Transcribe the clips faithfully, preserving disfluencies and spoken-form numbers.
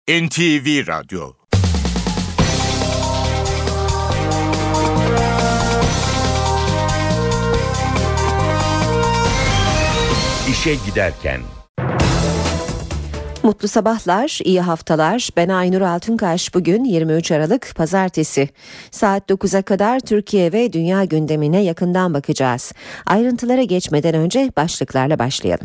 N T V Radyo. İşe giderken. Mutlu sabahlar, iyi haftalar. Ben Aynur Altunkaş. Bugün yirmi üç Aralık Pazartesi. Saat dokuza kadar Türkiye ve dünya gündemine yakından bakacağız. Ayrıntılara geçmeden önce başlıklarla başlayalım.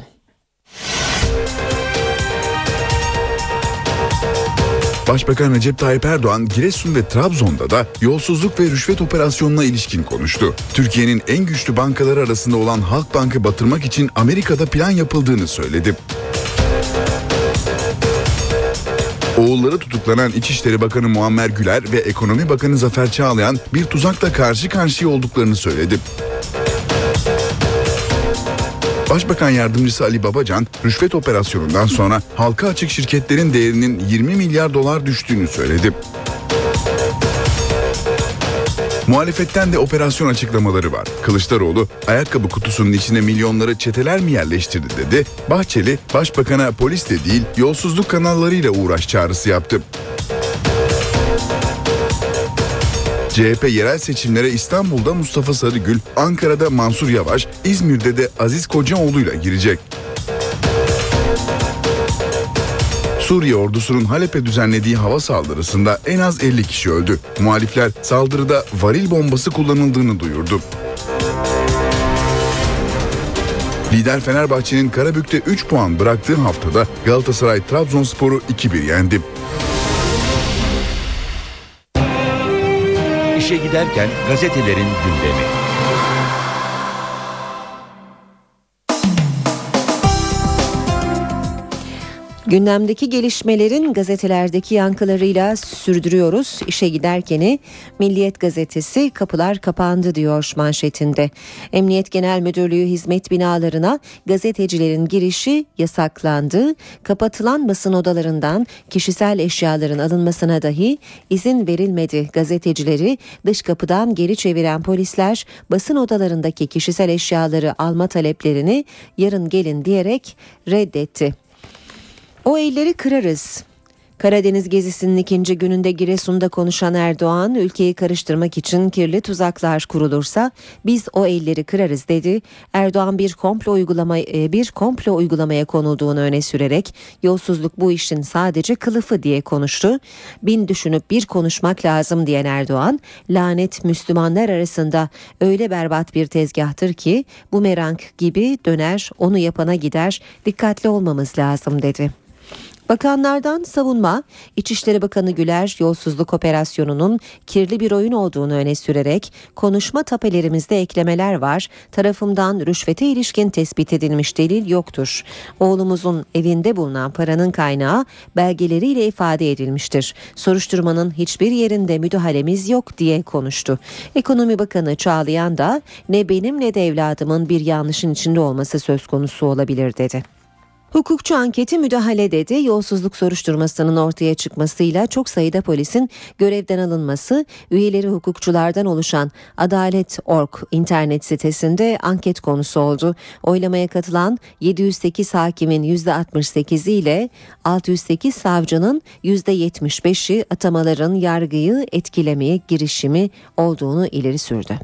Başbakan Recep Tayyip Erdoğan, Giresun ve Trabzon'da da yolsuzluk ve rüşvet operasyonuna ilişkin konuştu. Türkiye'nin en güçlü bankaları arasında olan Halkbank'ı batırmak için Amerika'da plan yapıldığını söyledi. Oğulları tutuklanan İçişleri Bakanı Muammer Güler ve Ekonomi Bakanı Zafer Çağlayan bir tuzakla karşı karşıya olduklarını söyledi. Başbakan Yardımcısı Ali Babacan, rüşvet operasyonundan sonra halka açık şirketlerin değerinin yirmi milyar dolar düştüğünü söyledi. Muhalefetten de operasyon açıklamaları var. Kılıçdaroğlu, ayakkabı kutusunun içine milyonları çeteler mi yerleştirdi dedi. Bahçeli, başbakana polis de değil yolsuzluk kanallarıyla uğraş çağrısı yaptı. C H P yerel seçimlere İstanbul'da Mustafa Sarıgül, Ankara'da Mansur Yavaş, İzmir'de de Aziz Kocaoğlu'yla girecek. Suriye ordusunun Halep'e düzenlediği hava saldırısında en az elli kişi öldü. Muhalifler saldırıda varil bombası kullanıldığını duyurdu. Lider Fenerbahçe'nin Karabük'te üç puan bıraktığı haftada Galatasaray Trabzonspor'u iki bir yendi. İşe giderken gazetelerin gündemi. Gündemdeki gelişmelerin gazetelerdeki yankılarıyla sürdürüyoruz. İşe giderkeni Milliyet Gazetesi kapılar kapandı diyor manşetinde. Emniyet Genel Müdürlüğü hizmet binalarına gazetecilerin girişi yasaklandı. Kapatılan basın odalarından kişisel eşyaların alınmasına dahi izin verilmedi. Gazetecileri dış kapıdan geri çeviren polisler basın odalarındaki kişisel eşyaları alma taleplerini yarın gelin diyerek reddetti. O elleri kırarız. Karadeniz gezisinin ikinci gününde Giresun'da konuşan Erdoğan, ülkeyi karıştırmak için kirli tuzaklar kurulursa biz o elleri kırarız dedi. Erdoğan bir komplo uygulama bir komplo uygulamaya konulduğunu öne sürerek yolsuzluk bu işin sadece kılıfı diye konuştu. Bin düşünüp bir konuşmak lazım diyen Erdoğan, lanet Müslümanlar arasında öyle berbat bir tezgahtır ki bumerang gibi döner, onu yapana gider, dikkatli olmamız lazım dedi. Bakanlardan savunma, İçişleri Bakanı Güler yolsuzluk operasyonunun kirli bir oyun olduğunu öne sürerek konuşma tapelerimizde eklemeler var, tarafımdan rüşvete ilişkin tespit edilmiş delil yoktur. Oğlumuzun evinde bulunan paranın kaynağı belgeleriyle ifade edilmiştir. Soruşturmanın hiçbir yerinde müdahalemiz yok diye konuştu. Ekonomi Bakanı Çağlayan da ne benim ne de evladımın bir yanlışın içinde olması söz konusu olabilir dedi. Hukukçu anketi müdahale dedi. Yolsuzluk soruşturmasının ortaya çıkmasıyla çok sayıda polisin görevden alınması, üyeleri hukukçulardan oluşan Adalet nokta org internet sitesinde anket konusu oldu. Oylamaya katılan yedi yüz sekiz hakimin yüzde altmış sekizi ile altı yüz sekiz savcının yüzde yetmiş beşi atamaların yargıyı etkilemeye girişimi olduğunu ileri sürdü.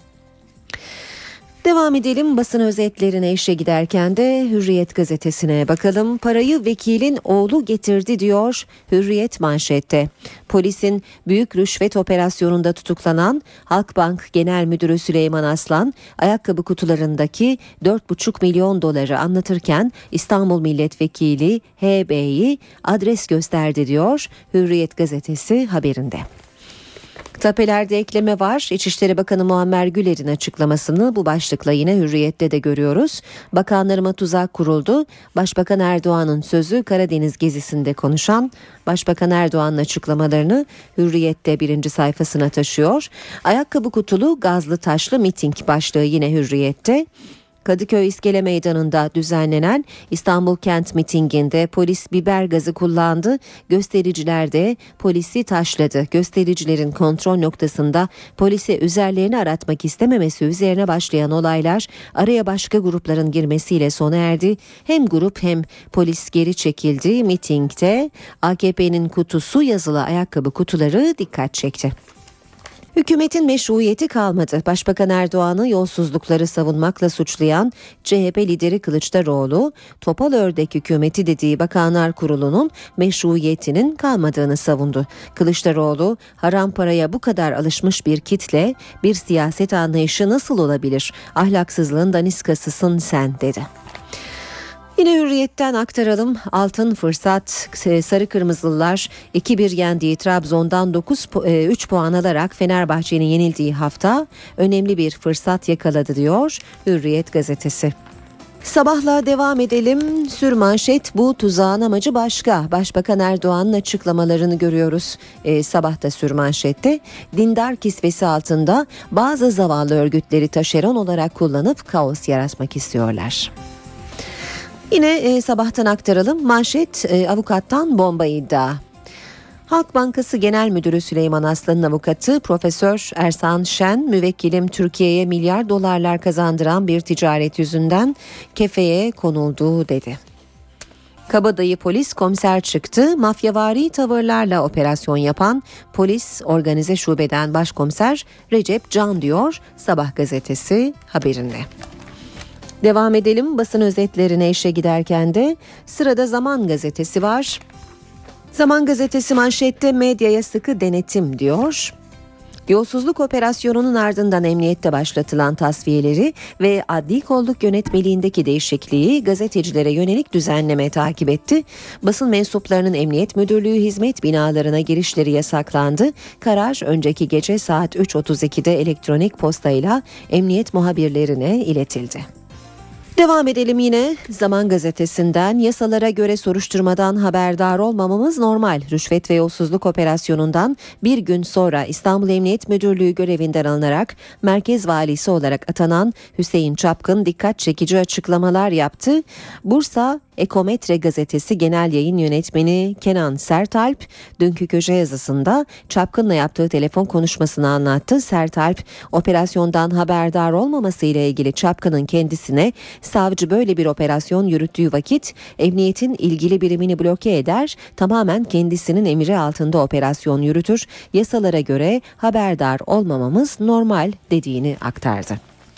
Devam edelim basın özetlerine. İşe giderken de Hürriyet gazetesine bakalım. Parayı vekilin oğlu getirdi diyor Hürriyet manşette. Polisin büyük rüşvet operasyonunda tutuklanan Halkbank Genel Müdürü Süleyman Aslan, ayakkabı kutularındaki dört buçuk milyon doları anlatırken İstanbul Milletvekili H B'yi adres gösterdi diyor Hürriyet gazetesi haberinde. Tapelerde ekleme var. İçişleri Bakanı Muammer Güler'in açıklamasını bu başlıkla yine Hürriyet'te de görüyoruz. Bakanlarıma tuzak kuruldu. Başbakan Erdoğan'ın sözü Karadeniz gezisinde konuşan Başbakan Erdoğan'ın açıklamalarını Hürriyet'te birinci sayfasına taşıyor. Ayakkabı kutulu gazlı taşlı miting başlığı yine Hürriyet'te. Kadıköy İskele Meydanı'nda düzenlenen İstanbul Kent mitinginde polis biber gazı kullandı. Göstericiler de polisi taşladı. Göstericilerin kontrol noktasında polise üzerlerini aratmak istememesi üzerine başlayan olaylar araya başka grupların girmesiyle sona erdi. Hem grup hem polis geri çekildi. Mitingde A K P'nin kutusu yazılı ayakkabı kutuları dikkat çekti. Hükümetin meşruiyeti kalmadı. Başbakan Erdoğan'ı yolsuzlukları savunmakla suçlayan C H P lideri Kılıçdaroğlu, Topal Ördek hükümeti dediği Bakanlar Kurulu'nun meşruiyetinin kalmadığını savundu. Kılıçdaroğlu, haram paraya bu kadar alışmış bir kitle, bir siyaset anlayışı nasıl olabilir? Ahlaksızlığın daniskasısın sen dedi. Yine Hürriyet'ten aktaralım. Altın fırsat, sarı kırmızılılar iki bir yendiği Trabzon'dan dokuz üç puan alarak Fenerbahçe'nin yenildiği hafta önemli bir fırsat yakaladı diyor Hürriyet gazetesi. Sabahla devam edelim. Sürmanşet bu tuzağın amacı başka. Başbakan Erdoğan'ın açıklamalarını görüyoruz. Ee, sabahta sürmanşette dindar kisvesi altında bazı zavallı örgütleri taşeron olarak kullanıp kaos yaratmak istiyorlar. Yine e, sabahtan aktaralım. Manşet e, avukattan bomba iddia. Halk Bankası Genel Müdürü Süleyman Aslan'ın avukatı Profesör Ersan Şen, müvekkilim Türkiye'ye milyar dolarlar kazandıran bir ticaret yüzünden kefeye konuldu dedi. Kabadayı polis komiser çıktı. Mafyavari tavırlarla operasyon yapan polis organize şubeden başkomiser Recep Can diyor Sabah gazetesi haberinde. Devam edelim basın özetlerine işe giderken de sırada Zaman gazetesi var. Zaman gazetesi manşette medyaya sıkı denetim diyor. Yolsuzluk operasyonunun ardından emniyette başlatılan tasfiyeleri ve adli kolluk yönetmeliğindeki değişikliği gazetecilere yönelik düzenleme takip etti. Basın mensuplarının emniyet müdürlüğü hizmet binalarına girişleri yasaklandı. Karar önceki gece saat üç otuz ikide elektronik postayla emniyet muhabirlerine iletildi. Devam edelim yine Zaman gazetesinden. Yasalara göre soruşturmadan haberdar olmamamız normal. Rüşvet ve yolsuzluk operasyonundan bir gün sonra İstanbul Emniyet Müdürlüğü görevinden alınarak merkez valisi olarak atanan Hüseyin Çapkın dikkat çekici açıklamalar yaptı. Bursa Ekometre gazetesi genel yayın yönetmeni Kenan Sertalp dünkü köşe yazısında Çapkın'la yaptığı telefon konuşmasını anlattı. Sertalp operasyondan haberdar olmaması ile ilgili Çapkın'ın kendisine savcı böyle bir operasyon yürüttüğü vakit emniyetin ilgili birimini bloke eder, tamamen kendisinin emri altında operasyon yürütür, yasalara göre haberdar olmamamız normal dediğini aktardı.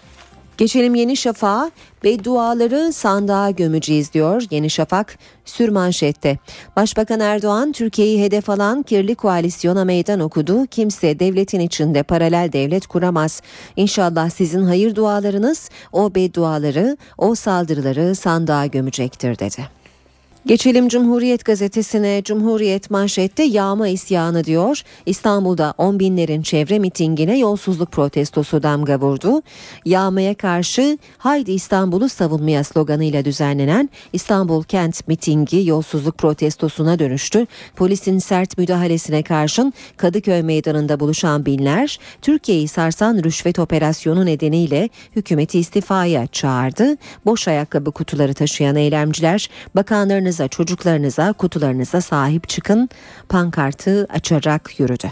Geçelim Yeni Şafak'a. Bedduaları sandığa gömeceğiz diyor Yeni Şafak sürmanşette. Başbakan Erdoğan Türkiye'yi hedef alan kirli koalisyona meydan okudu. Kimse devletin içinde paralel devlet kuramaz. İnşallah sizin hayır dualarınız o bedduaları, o saldırıları sandığa gömecektir dedi. Geçelim Cumhuriyet gazetesine. Cumhuriyet manşette yağma isyanı diyor. İstanbul'da on binlerin çevre mitingine yolsuzluk protestosu damga vurdu. Yağmaya karşı haydi İstanbul'u savunmaya sloganıyla düzenlenen İstanbul Kent mitingi yolsuzluk protestosuna dönüştü. Polisin sert müdahalesine karşın Kadıköy meydanında buluşan binler Türkiye'yi sarsan rüşvet operasyonu nedeniyle hükümeti istifaya çağırdı. Boş ayakkabı kutuları taşıyan eylemciler bakanlarınız çocuklarınıza, kutularınıza sahip çıkın pankartı açarak yürüdü.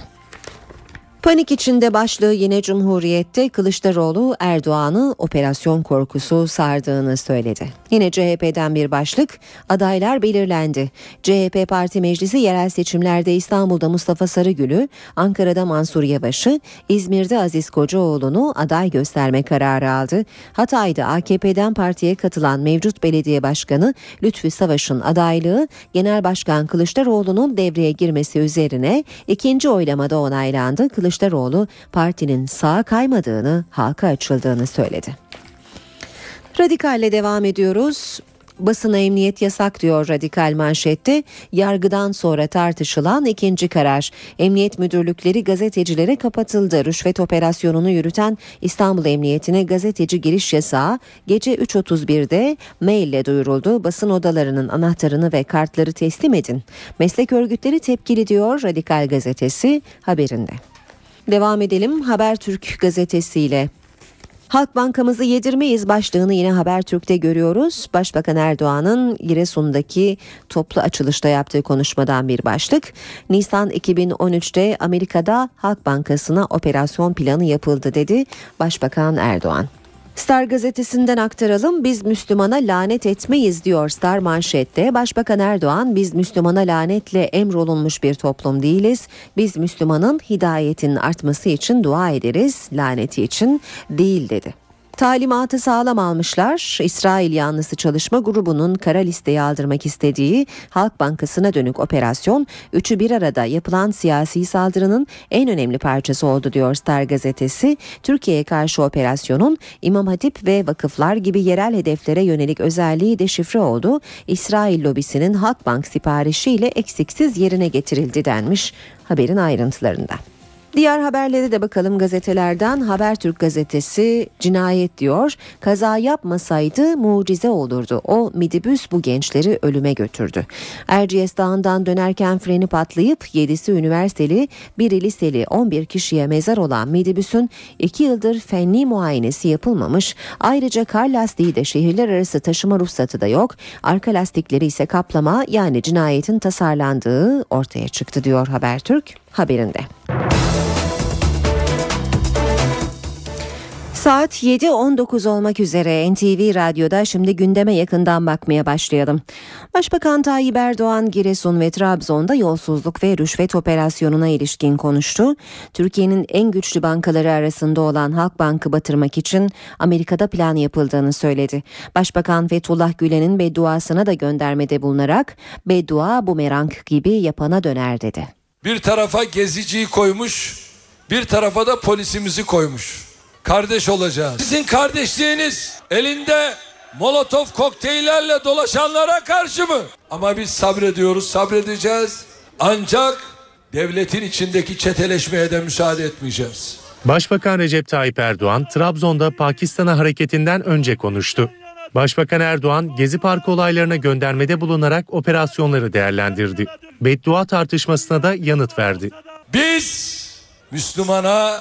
Panik içinde başlığı yine Cumhuriyet'te Kılıçdaroğlu Erdoğan'ı operasyon korkusu sardığını söyledi. Yine C H P'den bir başlık, adaylar belirlendi. C H P Parti Meclisi yerel seçimlerde İstanbul'da Mustafa Sarıgül'ü, Ankara'da Mansur Yavaş'ı, İzmir'de Aziz Kocaoğlu'nu aday gösterme kararı aldı. Hatay'da A K P'den partiye katılan mevcut belediye başkanı Lütfü Savaş'ın adaylığı Genel Başkan Kılıçdaroğlu'nun devreye girmesi üzerine ikinci oylamada onaylandı. Kılıçdaroğlu partinin sağa kaymadığını, halka açıldığını söyledi. Radikalle devam ediyoruz. Basına emniyet yasak diyor Radikal manşette. Yargıdan sonra tartışılan ikinci karar. Emniyet müdürlükleri gazetecilere kapatıldı. Rüşvet operasyonunu yürüten İstanbul Emniyetine gazeteci giriş yasağı gece üç otuz birde maille duyuruldu. Basın odalarının anahtarını ve kartları teslim edin. Meslek örgütleri tepkili diyor Radikal gazetesi haberinde. Devam edelim Habertürk gazetesiyle. Halk bankamızı yedirmeyiz başlığını yine Habertürk'te görüyoruz. Başbakan Erdoğan'ın Giresun'daki toplu açılışta yaptığı konuşmadan bir başlık. Nisan iki bin on üçte Amerika'da Halk Bankası'na operasyon planı yapıldı dedi Başbakan Erdoğan. Star gazetesinden aktaralım. Biz Müslümana lanet etmeyiz diyor Star manşette. Başbakan Erdoğan, biz Müslümana lanetle emrolunmuş bir toplum değiliz. Biz Müslümanın hidayetin artması için dua ederiz, laneti için değil dedi. Talimatı sağlam almışlar. İsrail yanlısı çalışma grubunun kara listeye aldırmak istediği Halk Bankası'na dönük operasyon, üçü bir arada yapılan siyasi saldırının en önemli parçası oldu diyor Star gazetesi. Türkiye'ye karşı operasyonun İmam Hatip ve vakıflar gibi yerel hedeflere yönelik özelliği deşifre oldu. İsrail lobisinin Halkbank siparişiyle eksiksiz yerine getirildi denmiş haberin ayrıntılarında. Diğer haberlere de bakalım gazetelerden. Habertürk gazetesi cinayet diyor. Kaza yapmasaydı mucize olurdu. O midibüs bu gençleri ölüme götürdü. Erciyes Dağı'ndan dönerken freni patlayıp yedisi üniversiteli, biri liseli on bir kişiye mezar olan midibüsün iki yıldır fenli muayenesi yapılmamış. Ayrıca kar lastiği de şehirler arası taşıma ruhsatı da yok. Arka lastikleri ise kaplama, yani cinayetin tasarlandığı ortaya çıktı diyor Habertürk haberinde. Saat yedi on dokuz olmak üzere N T V Radyo'da şimdi gündeme yakından bakmaya başlayalım. Başbakan Tayyip Erdoğan Giresun ve Trabzon'da yolsuzluk ve rüşvet operasyonuna ilişkin konuştu. Türkiye'nin en güçlü bankaları arasında olan Halkbank'ı batırmak için Amerika'da plan yapıldığını söyledi. Başbakan Fethullah Gülen'in bedduasına da göndermede bulunarak beddua bumerang gibi yapana döner dedi. Bir tarafa geziciyi koymuş, bir tarafa da polisimizi koymuş. Kardeş olacağız. Sizin kardeşliğiniz elinde Molotov kokteyllerle dolaşanlara karşı mı? Ama biz sabrediyoruz, sabredeceğiz. Ancak devletin içindeki çeteleşmeye de müsaade etmeyeceğiz. Başbakan Recep Tayyip Erdoğan, Trabzon'da Pakistan'a hareketinden önce konuştu. Başbakan Erdoğan, Gezi Parkı olaylarına göndermede bulunarak operasyonları değerlendirdi. Beddua tartışmasına da yanıt verdi. Biz Müslümana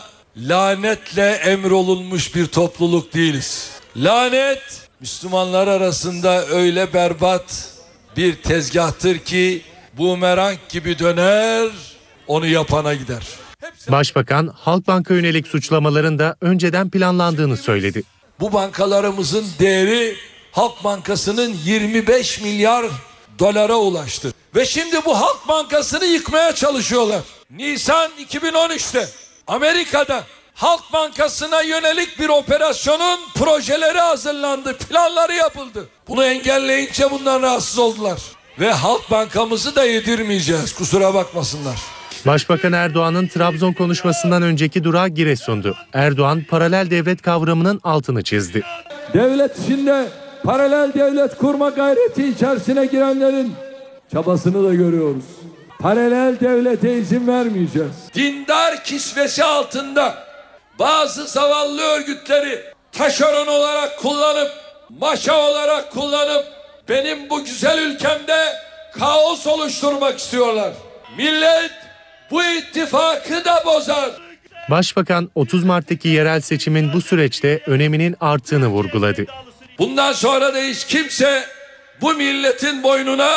lanetle emrolunmuş bir topluluk değiliz. Lanet Müslümanlar arasında öyle berbat bir tezgahtır ki bumerang gibi döner, onu yapana gider. Başbakan Halkbank'a yönelik suçlamaların da önceden planlandığını söyledi. Bu bankalarımızın değeri Halk Bankası'nın yirmi beş milyar dolara ulaştı. Ve şimdi bu Halk Bankası'nı yıkmaya çalışıyorlar. Nisan iki bin on üçte Amerika'da Halk Bankası'na yönelik bir operasyonun projeleri hazırlandı, planları yapıldı. Bunu engelleyince bundan rahatsız oldular. Ve Halk Bankamızı da yedirmeyeceğiz, kusura bakmasınlar. Başbakan Erdoğan'ın Trabzon konuşmasından önceki durağı Giresun'du. Erdoğan paralel devlet kavramının altını çizdi. Devlet içinde paralel devlet kurma gayreti içerisine girenlerin çabasını da görüyoruz. Paralel devlete izin vermeyeceğiz. Dindar kisvesi altında bazı zavallı örgütleri taşeron olarak kullanıp, maşa olarak kullanıp benim bu güzel ülkemde kaos oluşturmak istiyorlar. Millet bu ittifakı da bozar. Başbakan otuz Mart'taki yerel seçimin bu süreçte öneminin arttığını vurguladı. Bundan sonra da hiç kimse bu milletin boynuna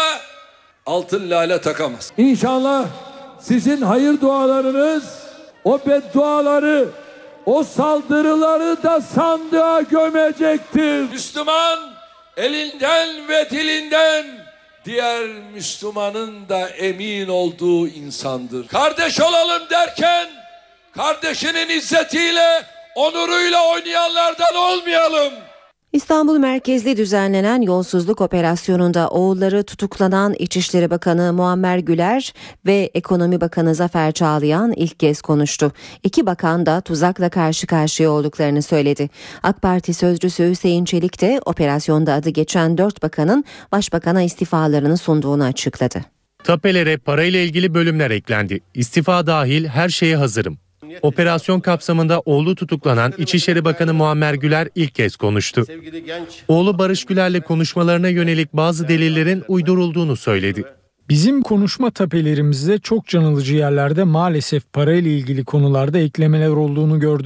altın lale takamaz. İnşallah sizin hayır dualarınız o bedduaları, o saldırıları da sandığa gömecektir. Müslüman elinden ve dilinden diğer Müslümanın da emin olduğu insandır. Kardeş olalım derken kardeşinin izzetiyle, onuruyla oynayanlardan olmayalım. İstanbul merkezli düzenlenen yolsuzluk operasyonunda oğulları tutuklanan İçişleri Bakanı Muammer Güler ve Ekonomi Bakanı Zafer Çağlayan ilk kez konuştu. İki bakan da tuzakla karşı karşıya olduklarını söyledi. AK Parti sözcüsü Hüseyin Çelik de operasyonda adı geçen dört bakanın başbakana istifalarını sunduğunu açıkladı. Tapelere parayla ilgili bölümler eklendi. İstifa dahil her şeye hazırım. Operasyon kapsamında oğlu tutuklanan İçişleri Bakanı Muammer Güler ilk kez konuştu. Oğlu Barış Güler'le konuşmalarına yönelik bazı delillerin uydurulduğunu söyledi. Bizim konuşma tapelerimizde çok can alıcı yerlerde maalesef parayla ilgili konularda eklemeler olduğunu gördüm.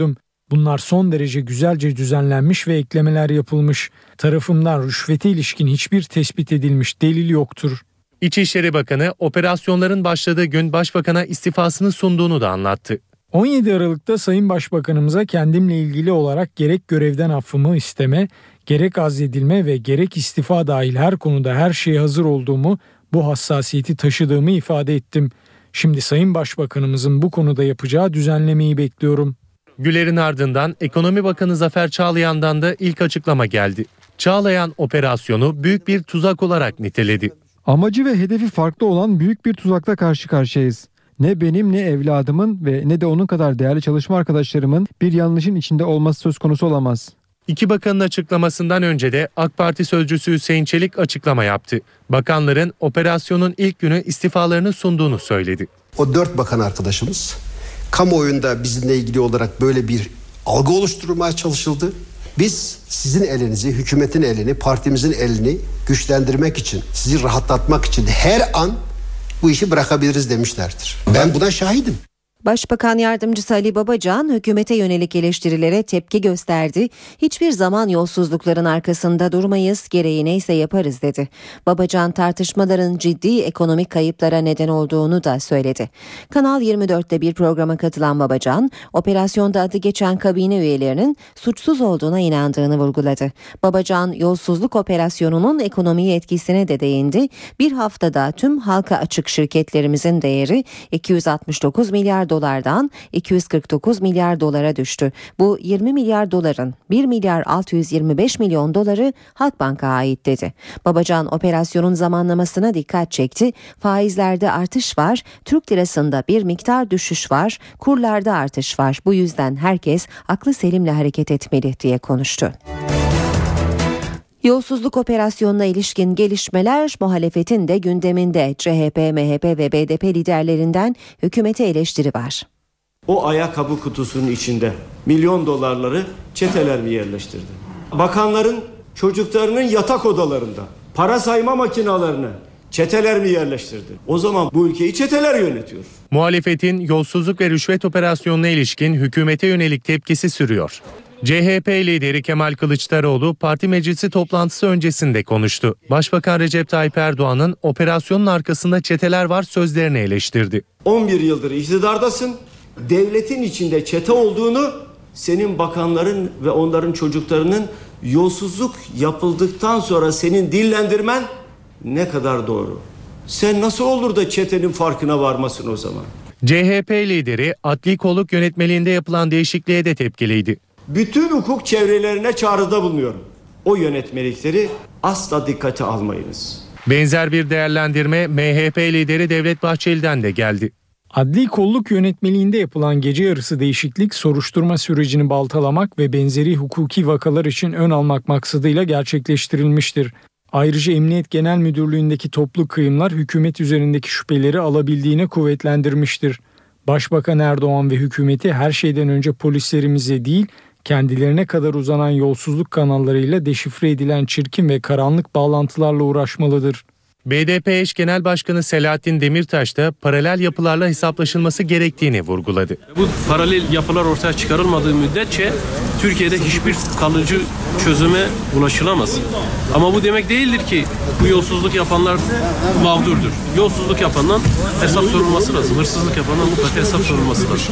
Bunlar son derece güzelce düzenlenmiş ve eklemeler yapılmış. Tarafımdan rüşvete ilişkin hiçbir tespit edilmiş delil yoktur. İçişleri Bakanı operasyonların başladığı gün Başbakan'a istifasını sunduğunu da anlattı. on yedi Aralık'ta Sayın Başbakanımıza kendimle ilgili olarak gerek görevden affımı isteme, gerek azledilme ve gerek istifa dahil her konuda her şeye hazır olduğumu, bu hassasiyeti taşıdığımı ifade ettim. Şimdi Sayın Başbakanımızın bu konuda yapacağı düzenlemeyi bekliyorum. Güler'in ardından Ekonomi Bakanı Zafer Çağlayan'dan da ilk açıklama geldi. Çağlayan operasyonu büyük bir tuzak olarak niteledi. Amacı ve hedefi farklı olan büyük bir tuzakla karşı karşıyayız. Ne benim ne evladımın ve ne de onun kadar değerli çalışma arkadaşlarımın bir yanlışın içinde olması söz konusu olamaz. İki bakanın açıklamasından önce de AK Parti sözcüsü Hüseyin Çelik açıklama yaptı. Bakanların operasyonun ilk günü istifalarını sunduğunu söyledi. O dört bakan arkadaşımız kamuoyunda bizimle ilgili olarak böyle bir algı oluşturulmaya çalışıldı. Biz sizin elinizi, hükümetin elini, partimizin elini güçlendirmek için, sizi rahatlatmak için her an bu işi bırakabiliriz demişlerdir. Ben buna şahidim. Başbakan Yardımcısı Ali Babacan hükümete yönelik eleştirilere tepki gösterdi. Hiçbir zaman yolsuzlukların arkasında durmayız, gereği neyse yaparız dedi. Babacan tartışmaların ciddi ekonomik kayıplara neden olduğunu da söyledi. Kanal yirmi dörtte bir programa katılan Babacan, operasyonda adı geçen kabine üyelerinin suçsuz olduğuna inandığını vurguladı. Babacan yolsuzluk operasyonunun ekonomiye etkisine de değindi. Bir haftada tüm halka açık şirketlerimizin değeri iki yüz altmış dokuz milyar dolardan iki yüz kırk dokuz milyar dolara düştü. Bu yirmi milyar doların bir milyar altı yüz yirmi beş milyon doları Halkbank'a ait dedi. Babacan operasyonun zamanlamasına dikkat çekti. Faizlerde artış var, Türk lirasında bir miktar düşüş var, kurlarda artış var. Bu yüzden herkes aklı selimle hareket etmeli diye konuştu. Yolsuzluk operasyonuna ilişkin gelişmeler muhalefetin de gündeminde. C H P, M H P ve B D P liderlerinden hükümete eleştiri var. O ayakkabı kutusunun içinde milyon dolarları çeteler mi yerleştirdi? Bakanların çocuklarının yatak odalarında para sayma makinalarını çeteler mi yerleştirdi? O zaman bu ülkeyi çeteler yönetiyor. Muhalefetin yolsuzluk ve rüşvet operasyonuna ilişkin hükümete yönelik tepkisi sürüyor. C H P lideri Kemal Kılıçdaroğlu parti meclisi toplantısı öncesinde konuştu. Başbakan Recep Tayyip Erdoğan'ın operasyonun arkasında çeteler var sözlerini eleştirdi. on bir yıldır iktidardasın. Devletin içinde çete olduğunu senin bakanların ve onların çocuklarının yolsuzluk yapıldıktan sonra senin dillendirmen ne kadar doğru? Sen nasıl olur da çetenin farkına varmasın o zaman? C H P lideri adli kolluk yönetmeliğinde yapılan değişikliğe de tepkiliydi. Bütün hukuk çevrelerine çağrıda bulunuyorum. O yönetmelikleri asla dikkate almayınız. Benzer bir değerlendirme M H P lideri Devlet Bahçeli'den de geldi. Adli kolluk yönetmeliğinde yapılan gece yarısı değişiklik soruşturma sürecini baltalamak ve benzeri hukuki vakalar için ön almak maksadıyla gerçekleştirilmiştir. Ayrıca Emniyet Genel Müdürlüğü'ndeki toplu kıyımlar hükümet üzerindeki şüpheleri alabildiğine kuvvetlendirmiştir. Başbakan Erdoğan ve hükümeti her şeyden önce polislerimize değil, kendilerine kadar uzanan yolsuzluk kanallarıyla deşifre edilen çirkin ve karanlık bağlantılarla uğraşmalıdır. B D P eş genel başkanı Selahattin Demirtaş da paralel yapılarla hesaplaşılması gerektiğini vurguladı. Bu paralel yapılar ortaya çıkarılmadığı müddetçe Türkiye'de hiçbir kalıcı çözüme ulaşılamaz. Ama bu demek değildir ki bu yolsuzluk yapanlar mağdurdur. Yolsuzluk yapandan hesap sorulması lazım. Hırsızlık yapandan mutlaka hesap sorulması lazım.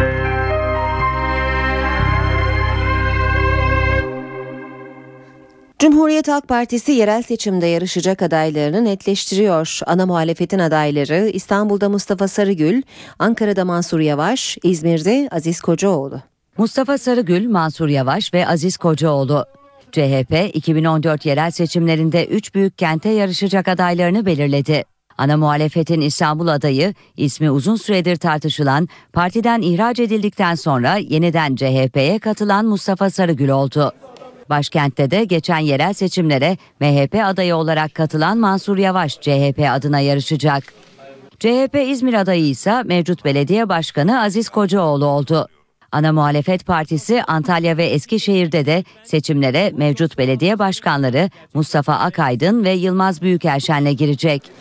Cumhuriyet Halk Partisi yerel seçimde yarışacak adaylarını netleştiriyor. Ana muhalefetin adayları İstanbul'da Mustafa Sarıgül, Ankara'da Mansur Yavaş, İzmir'de Aziz Kocaoğlu. Mustafa Sarıgül, Mansur Yavaş ve Aziz Kocaoğlu. C H P iki bin on dört yerel seçimlerinde üç büyük kente yarışacak adaylarını belirledi. Ana muhalefetin İstanbul adayı, ismi uzun süredir tartışılan, partiden ihraç edildikten sonra yeniden C H P'ye katılan Mustafa Sarıgül oldu. Başkentte de geçen yerel seçimlere M H P adayı olarak katılan Mansur Yavaş C H P adına yarışacak. C H P İzmir adayı ise mevcut belediye başkanı Aziz Kocaoğlu oldu. Ana muhalefet partisi Antalya ve Eskişehir'de de seçimlere mevcut belediye başkanları Mustafa Akaydın ve Yılmaz Büyükerşen'le girecek.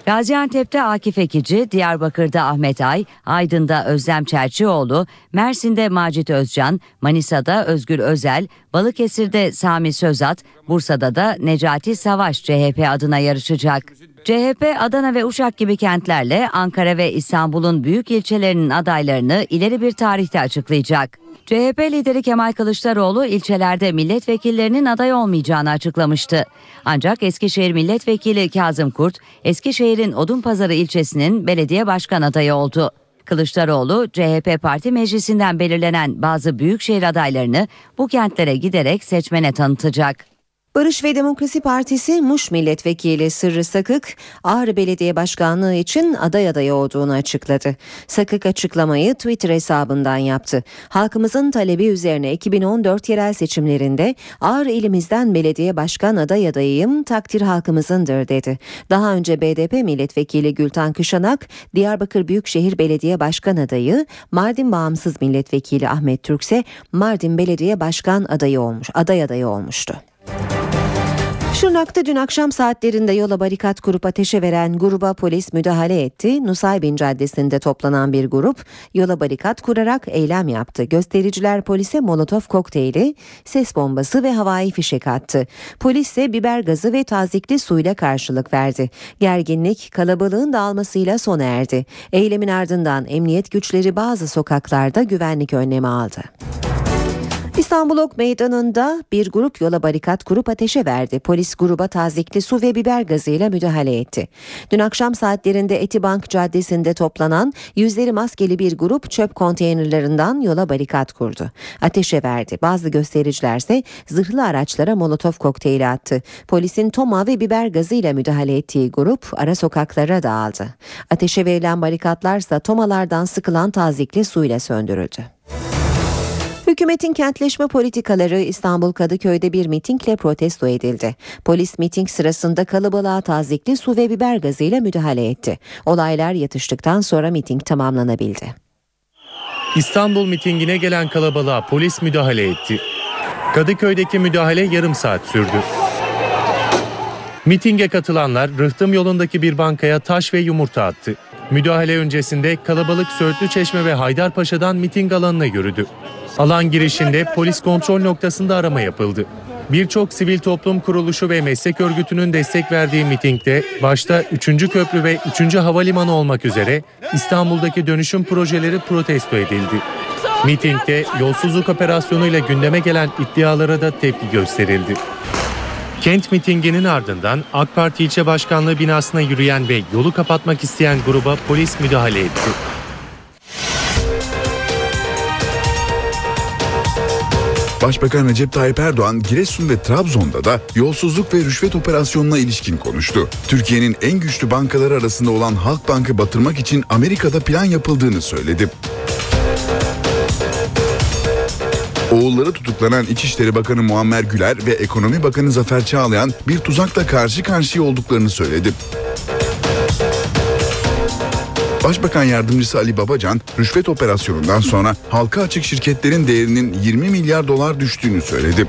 Gaziantep'te Akif Ekici, Diyarbakır'da Ahmet Ay, Aydın'da Özlem Çerçioğlu, Mersin'de Macit Özcan, Manisa'da Özgür Özel, Balıkesir'de Sami Sözat, Bursa'da da Necati Savaş C H P adına yarışacak. C H P, Adana ve Uşak gibi kentlerle Ankara ve İstanbul'un büyük ilçelerinin adaylarını ileri bir tarihte açıklayacak. C H P lideri Kemal Kılıçdaroğlu ilçelerde milletvekillerinin aday olmayacağını açıklamıştı. Ancak Eskişehir Milletvekili Kazım Kurt, Eskişehir'in Odunpazarı ilçesinin belediye başkan adayı oldu. Kılıçdaroğlu, C H P Parti Meclisi'nden belirlenen bazı büyükşehir adaylarını bu kentlere giderek seçmene tanıtacak. Barış ve Demokrasi Partisi Muş Milletvekili Sırrı Sakık, Ağrı Belediye Başkanlığı için aday adayı olduğunu açıkladı. Sakık açıklamayı Twitter hesabından yaptı. Halkımızın talebi üzerine iki bin on dört yerel seçimlerinde Ağrı ilimizden belediye başkan aday adayıyım, takdir halkımızındır dedi. Daha önce B D P Milletvekili Gültan Kışanak, Diyarbakır Büyükşehir Belediye Başkan adayı, Mardin Bağımsız Milletvekili Ahmet Türkse Mardin Belediye Başkan adayı olmuş, aday adayı olmuştu. Şırnak'ta dün akşam saatlerinde yola barikat kurup ateşe veren gruba polis müdahale etti. Nusaybin Caddesi'nde toplanan bir grup yola barikat kurarak eylem yaptı. Göstericiler polise molotof kokteyli, ses bombası ve havai fişek attı. Polis ise biber gazı ve tazikli suyla karşılık verdi. Gerginlik kalabalığın dağılmasıyla sona erdi. Eylemin ardından emniyet güçleri bazı sokaklarda güvenlik önlemi aldı. İstanbul Ok Meydanı'nda bir grup yola barikat kurup ateşe verdi. Polis gruba tazikli su ve biber gazıyla müdahale etti. Dün akşam saatlerinde Etibank Caddesi'nde toplanan yüzleri maskeli bir grup çöp konteynerlerinden yola barikat kurdu. Ateşe verdi. Bazı göstericiler ise zırhlı araçlara molotof kokteyli attı. Polisin toma ve biber gazıyla müdahale ettiği grup ara sokaklara dağıldı. Ateşe verilen barikatlarsa tomalardan sıkılan tazikli suyla söndürüldü. Hükümetin kentleşme politikaları İstanbul Kadıköy'de bir mitingle protesto edildi. Polis miting sırasında kalabalığa tazikli su ve biber gazıyla müdahale etti. Olaylar yatıştıktan sonra miting tamamlanabildi. İstanbul mitingine gelen kalabalığa polis müdahale etti. Kadıköy'deki müdahale yarım saat sürdü. Mitinge katılanlar Rıhtım yolundaki bir bankaya taş ve yumurta attı. Müdahale öncesinde kalabalık Söğütlüçeşme ve Haydarpaşa'dan miting alanına yürüdü. Alan girişinde polis kontrol noktasında arama yapıldı. Birçok sivil toplum kuruluşu ve meslek örgütünün destek verdiği mitingde başta üçüncü köprü ve üçüncü havalimanı olmak üzere İstanbul'daki dönüşüm projeleri protesto edildi. Mitingde yolsuzluk operasyonuyla gündeme gelen iddialara da tepki gösterildi. Kent mitinginin ardından AK Parti ilçe başkanlığı binasına yürüyen ve yolu kapatmak isteyen gruba polis müdahale etti. Başbakan Recep Tayyip Erdoğan, Giresun ve Trabzon'da da yolsuzluk ve rüşvet operasyonuna ilişkin konuştu. Türkiye'nin en güçlü bankaları arasında olan Halkbank'ı batırmak için Amerika'da plan yapıldığını söyledi. Oğulları tutuklanan İçişleri Bakanı Muammer Güler ve Ekonomi Bakanı Zafer Çağlayan bir tuzakla karşı karşıya olduklarını söyledi. Başbakan Yardımcısı Ali Babacan, rüşvet operasyonundan sonra halka açık şirketlerin değerinin yirmi milyar dolar düştüğünü söyledi.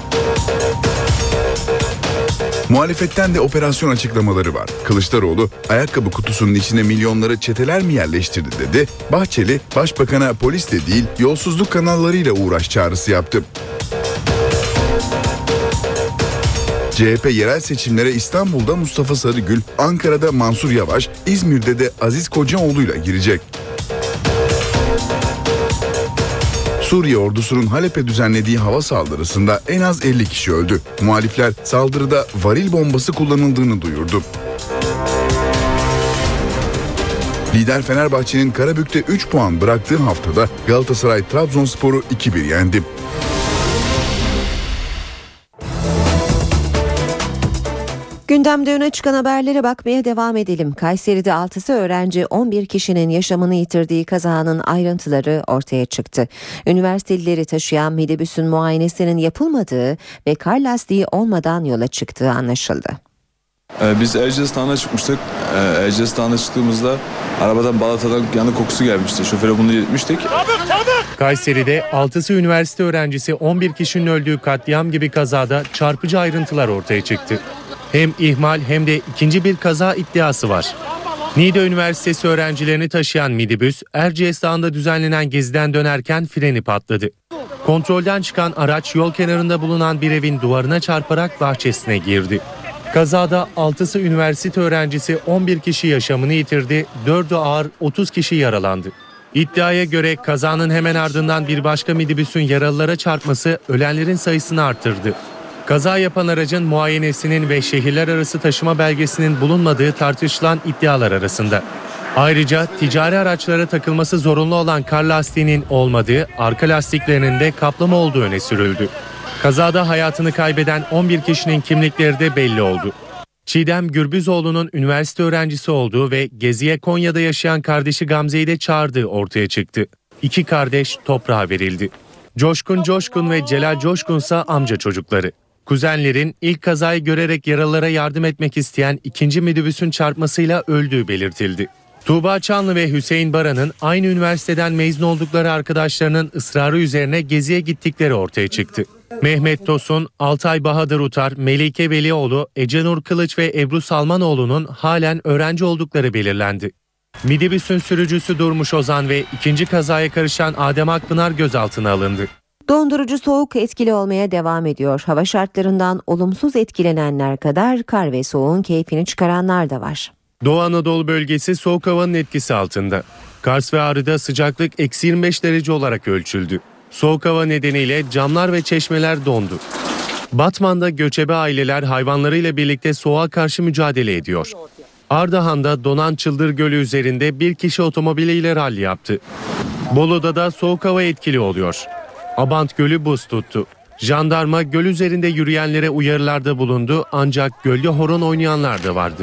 Muhalefetten de operasyon açıklamaları var. Kılıçdaroğlu, ayakkabı kutusunun içine milyonları çeteler mi yerleştirdi dedi. Bahçeli, Başbakan'a polis de değil yolsuzluk kanallarıyla uğraş çağrısı yaptı. C H P yerel seçimlere İstanbul'da Mustafa Sarıgül, Ankara'da Mansur Yavaş, İzmir'de de Aziz Kocaoğlu'yla girecek. Suriye ordusunun Halep'e düzenlediği hava saldırısında en az elli kişi öldü. Muhalifler saldırıda varil bombası kullanıldığını duyurdu. Lider Fenerbahçe'nin Karabük'te üç puan bıraktığı haftada Galatasaray Trabzonspor'u iki bir yendi. Gündemde öne çıkan haberlere bakmaya devam edelim. Kayseri'de altısı öğrenci on bir kişinin yaşamını yitirdiği kazanın ayrıntıları ortaya çıktı. Üniversitelileri taşıyan minibüsün muayenesinin yapılmadığı ve kar lastiği olmadan yola çıktığı anlaşıldı. Biz Erciyes Dağı'na çıkmıştık. Erciyes Dağı'na çıktığımızda arabadan balatadan yanık kokusu gelmişti. Şoföre bunu iletmiştik. Kayseri'de altısı üniversite öğrencisi on bir kişinin öldüğü katliam gibi kazada çarpıcı ayrıntılar ortaya çıktı. Hem ihmal hem de ikinci bir kaza iddiası var. Niğde Üniversitesi öğrencilerini taşıyan minibüs Erciyes Dağı'nda düzenlenen geziden dönerken freni patladı. Kontrolden çıkan araç yol kenarında bulunan bir evin duvarına çarparak bahçesine girdi. Kazada altısı üniversite öğrencisi, on bir kişi yaşamını yitirdi, dördü ağır, otuz kişi yaralandı. İddiaya göre kazanın hemen ardından bir başka minibüsün yaralılara çarpması ölenlerin sayısını arttırdı. Kaza yapan aracın muayenesinin ve şehirler arası taşıma belgesinin bulunmadığı tartışılan iddialar arasında. Ayrıca ticari araçlara takılması zorunlu olan kar lastiğinin olmadığı, arka lastiklerinin de kaplama olduğu öne sürüldü. Kazada hayatını kaybeden on bir kişinin kimlikleri de belli oldu. Çiğdem Gürbüzoğlu'nun üniversite öğrencisi olduğu ve geziye Konya'da yaşayan kardeşi Gamze'yi de çağırdığı ortaya çıktı. İki kardeş toprağa verildi. Coşkun Coşkun ve Celal Coşkunsa amca çocukları. Kuzenlerin ilk kazayı görerek yaralılara yardım etmek isteyen ikinci minibüsün çarpmasıyla öldüğü belirtildi. Tuğba Çanlı ve Hüseyin Baran'ın aynı üniversiteden mezun oldukları arkadaşlarının ısrarı üzerine geziye gittikleri ortaya çıktı. Mehmet Tosun, Altay Bahadır Utar, Melike Velioğlu, Ecenur Kılıç ve Ebru Salmanoğlu'nun halen öğrenci oldukları belirlendi. Minibüsün sürücüsü Durmuş Ozan ve ikinci kazaya karışan Adem Akpınar gözaltına alındı. Dondurucu soğuk etkili olmaya devam ediyor. Hava şartlarından olumsuz etkilenenler kadar kar ve soğuğun keyfini çıkaranlar da var. Doğu Anadolu bölgesi soğuk havanın etkisi altında. Kars ve Ağrı'da sıcaklık eksi yirmi beş derece olarak ölçüldü. Soğuk hava nedeniyle camlar ve çeşmeler dondu. Batman'da göçebe aileler hayvanlarıyla birlikte soğuğa karşı mücadele ediyor. Ardahan'da donan Çıldır Gölü üzerinde bir kişi otomobiliyle ralli yaptı. Bolu'da da soğuk hava etkili oluyor. Abant Gölü buz tuttu. Jandarma göl üzerinde yürüyenlere uyarılarda bulundu, ancak gölde horon oynayanlar da vardı.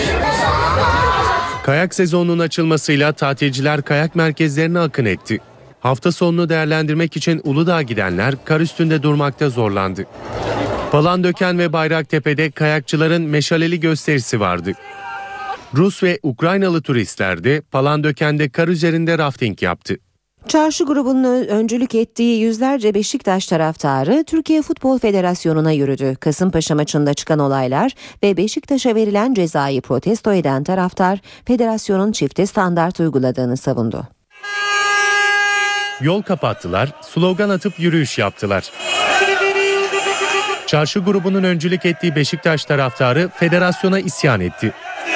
Kayak sezonunun açılmasıyla tatilciler kayak merkezlerine akın etti. Hafta sonunu değerlendirmek için Uludağ'a gidenler kar üstünde durmakta zorlandı. Palandöken ve Bayraktepe'de kayakçıların meşaleli gösterisi vardı. Rus ve Ukraynalı turistler de Palandöken'de kar üzerinde rafting yaptı. Çarşı grubunun öncülük ettiği yüzlerce Beşiktaş taraftarı Türkiye Futbol Federasyonu'na yürüdü. Kasımpaşa maçında çıkan olaylar ve Beşiktaş'a verilen cezayı protesto eden taraftar, federasyonun çifte standart uyguladığını savundu. Yol kapattılar, slogan atıp yürüyüş yaptılar. Çarşı grubunun öncülük ettiği Beşiktaş taraftarı federasyona isyan etti.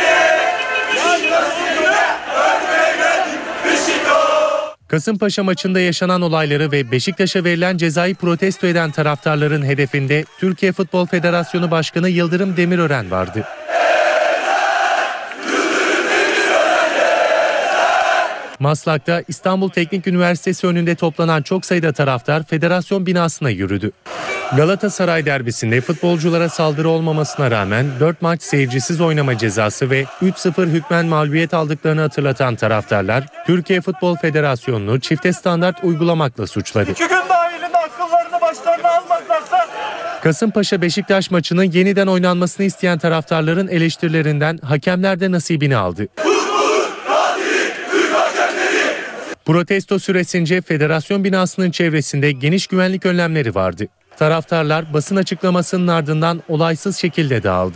Kasımpaşa maçında yaşanan olayları ve Beşiktaş'a verilen cezayı protesto eden taraftarların hedefinde Türkiye Futbol Federasyonu Başkanı Yıldırım Demirören vardı. Maslak'ta İstanbul Teknik Üniversitesi önünde toplanan çok sayıda taraftar federasyon binasına yürüdü. Galatasaray derbisinde futbolculara saldırı olmamasına rağmen dört maç seyircisiz oynama cezası ve üç sıfır hükmen mağlubiyet aldıklarını hatırlatan taraftarlar, Türkiye Futbol Federasyonu'nu çifte standart uygulamakla suçladı. İki gün dahilinde akıllarını başlarına almazlarsa... Kasımpaşa Beşiktaş maçının yeniden oynanmasını isteyen taraftarların eleştirilerinden hakemler de nasibini aldı. Protesto süresince federasyon binasının çevresinde geniş güvenlik önlemleri vardı. Taraftarlar basın açıklamasının ardından olaysız şekilde dağıldı.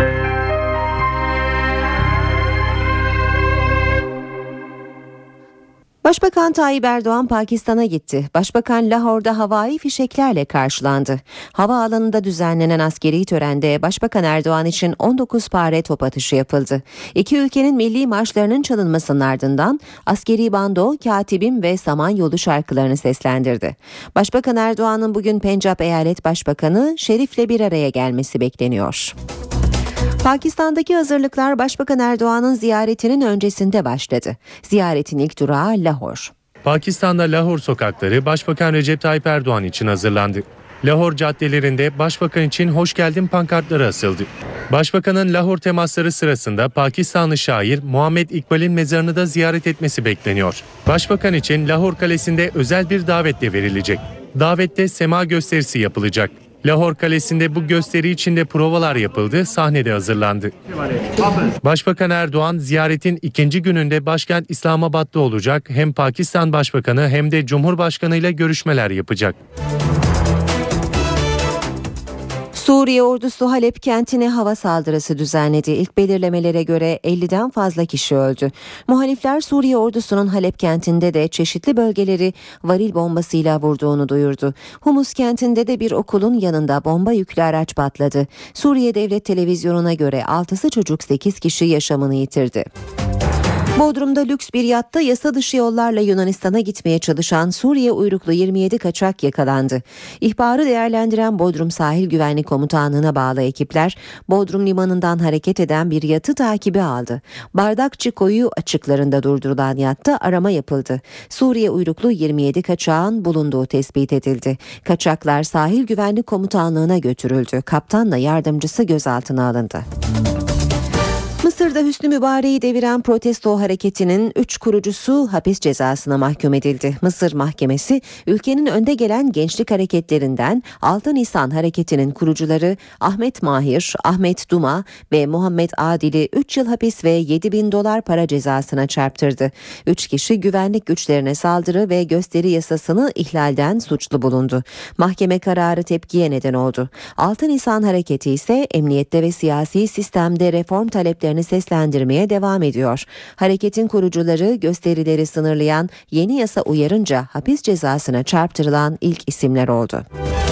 Başbakan Tayyip Erdoğan Pakistan'a gitti. Başbakan Lahor'da havai fişeklerle karşılandı. Havaalanında düzenlenen askeri törende Başbakan Erdoğan için on dokuz pare top atışı yapıldı. İki ülkenin milli marşlarının çalınmasının ardından askeri bando, Katibim ve Samanyolu şarkılarını seslendirdi. Başbakan Erdoğan'ın bugün Pencap Eyalet Başbakanı Şerif'le bir araya gelmesi bekleniyor. Pakistan'daki hazırlıklar Başbakan Erdoğan'ın ziyaretinin öncesinde başladı. Ziyaretin ilk durağı Lahor. Pakistan'da Lahor sokakları Başbakan Recep Tayyip Erdoğan için hazırlandı. Lahor caddelerinde Başbakan için hoş geldin pankartları asıldı. Başbakanın Lahor temasları sırasında Pakistanlı şair Muhammed İkbal'in mezarını da ziyaret etmesi bekleniyor. Başbakan için Lahor Kalesi'nde özel bir davetle verilecek. Davette sema gösterisi yapılacak. Lahor Kalesi'nde bu gösteri için de provalar yapıldı, sahnede hazırlandı. Başbakan Erdoğan ziyaretin ikinci gününde başkent İslamabad'da olacak. Hem Pakistan Başbakanı hem de Cumhurbaşkanı ile görüşmeler yapacak. Suriye ordusu Halep kentine hava saldırısı düzenledi. İlk belirlemelere göre elliden fazla kişi öldü. Muhalifler Suriye ordusunun Halep kentinde de çeşitli bölgeleri varil bombasıyla vurduğunu duyurdu. Humus kentinde de bir okulun yanında bomba yüklü araç patladı. Suriye Devlet Televizyonu'na göre altısı çocuk, sekiz kişi yaşamını yitirdi. Bodrum'da lüks bir yatta yasa dışı yollarla Yunanistan'a gitmeye çalışan Suriye uyruklu yirmi yedi kaçak yakalandı. İhbarı değerlendiren Bodrum Sahil Güvenlik Komutanlığı'na bağlı ekipler Bodrum limanından hareket eden bir yatı takibi aldı. Bardakçı Koyu açıklarında durdurulan yatta arama yapıldı. Suriye uyruklu yirmi yedi kaçağın bulunduğu tespit edildi. Kaçaklar Sahil Güvenlik Komutanlığı'na götürüldü. Kaptanla yardımcısı gözaltına alındı. Mısır'da Hüsnü Mübarek'i deviren protesto hareketinin üç kurucusu hapis cezasına mahkum edildi. Mısır Mahkemesi ülkenin önde gelen gençlik hareketlerinden altı Nisan hareketinin kurucuları Ahmet Mahir, Ahmet Duma ve Muhammed Adil'i üç yıl hapis ve yedi bin dolar para cezasına çarptırdı. üç kişi güvenlik güçlerine saldırı ve gösteri yasasını ihlalden suçlu bulundu. Mahkeme kararı tepkiye neden oldu. altı Nisan hareketi ise emniyette ve siyasi sistemde reform taleplerini seslendirmeye devam ediyor. Hareketin kurucuları gösterileri sınırlayan yeni yasa uyarınca hapis cezasına çarptırılan ilk isimler oldu.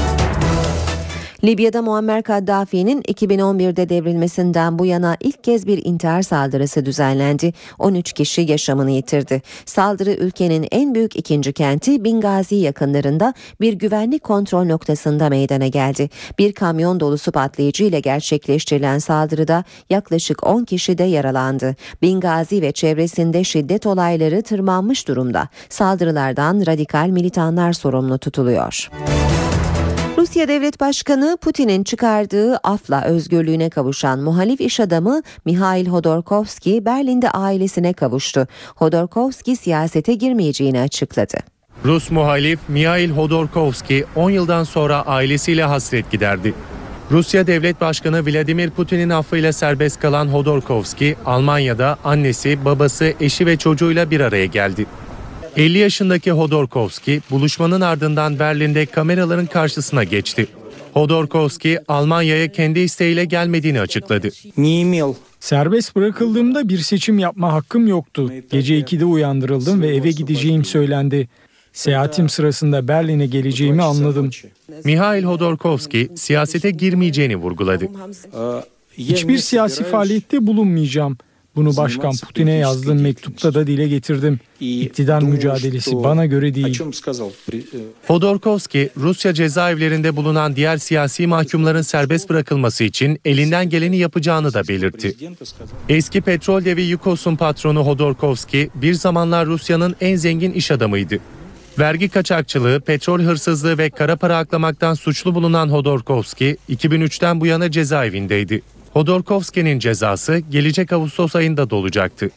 Libya'da Muammer Kaddafi'nin iki bin on birde devrilmesinden bu yana ilk kez bir intihar saldırısı düzenlendi. on üç kişi yaşamını yitirdi. Saldırı ülkenin en büyük ikinci kenti Bingazi yakınlarında bir güvenlik kontrol noktasında meydana geldi. Bir kamyon dolusu patlayıcı ile gerçekleştirilen saldırıda yaklaşık on kişi de yaralandı. Bingazi ve çevresinde şiddet olayları tırmanmış durumda. Saldırılardan radikal militanlar sorumlu tutuluyor. Rusya Devlet Başkanı Putin'in çıkardığı afla özgürlüğüne kavuşan muhalif iş adamı Mikhail Hodorkovski Berlin'de ailesine kavuştu. Hodorkovski siyasete girmeyeceğini açıkladı. Rus muhalif Mikhail Hodorkovski on yıldan sonra ailesiyle hasret giderdi. Rusya Devlet Başkanı Vladimir Putin'in affıyla serbest kalan Hodorkovski, Almanya'da annesi, babası, eşi ve çocuğuyla bir araya geldi. elli yaşındaki Hodorkovski buluşmanın ardından Berlin'de kameraların karşısına geçti. Hodorkovski Almanya'ya kendi isteğiyle gelmediğini açıkladı. Serbest bırakıldığımda bir seçim yapma hakkım yoktu. Gece ikide uyandırıldım ve eve gideceğim söylendi. Seyahatim sırasında Berlin'e geleceğimi anladım. Mikhail Hodorkovski siyasete girmeyeceğini vurguladı. Hiçbir siyasi faaliyette bulunmayacağım. Bunu Başkan Putin'e yazdığım mektupta da dile getirdim. İktidar mücadelesi bana göre değil. Hodorkovski, Rusya cezaevlerinde bulunan diğer siyasi mahkumların serbest bırakılması için elinden geleni yapacağını da belirtti. Eski petrol devi Yukos'un patronu Hodorkovski, bir zamanlar Rusya'nın en zengin iş adamıydı. Vergi kaçakçılığı, petrol hırsızlığı ve kara para aklamaktan suçlu bulunan Hodorkovski, iki bin üçten bu yana cezaevindeydi. Hodorkovski'nin cezası gelecek Ağustos ayında dolacaktı.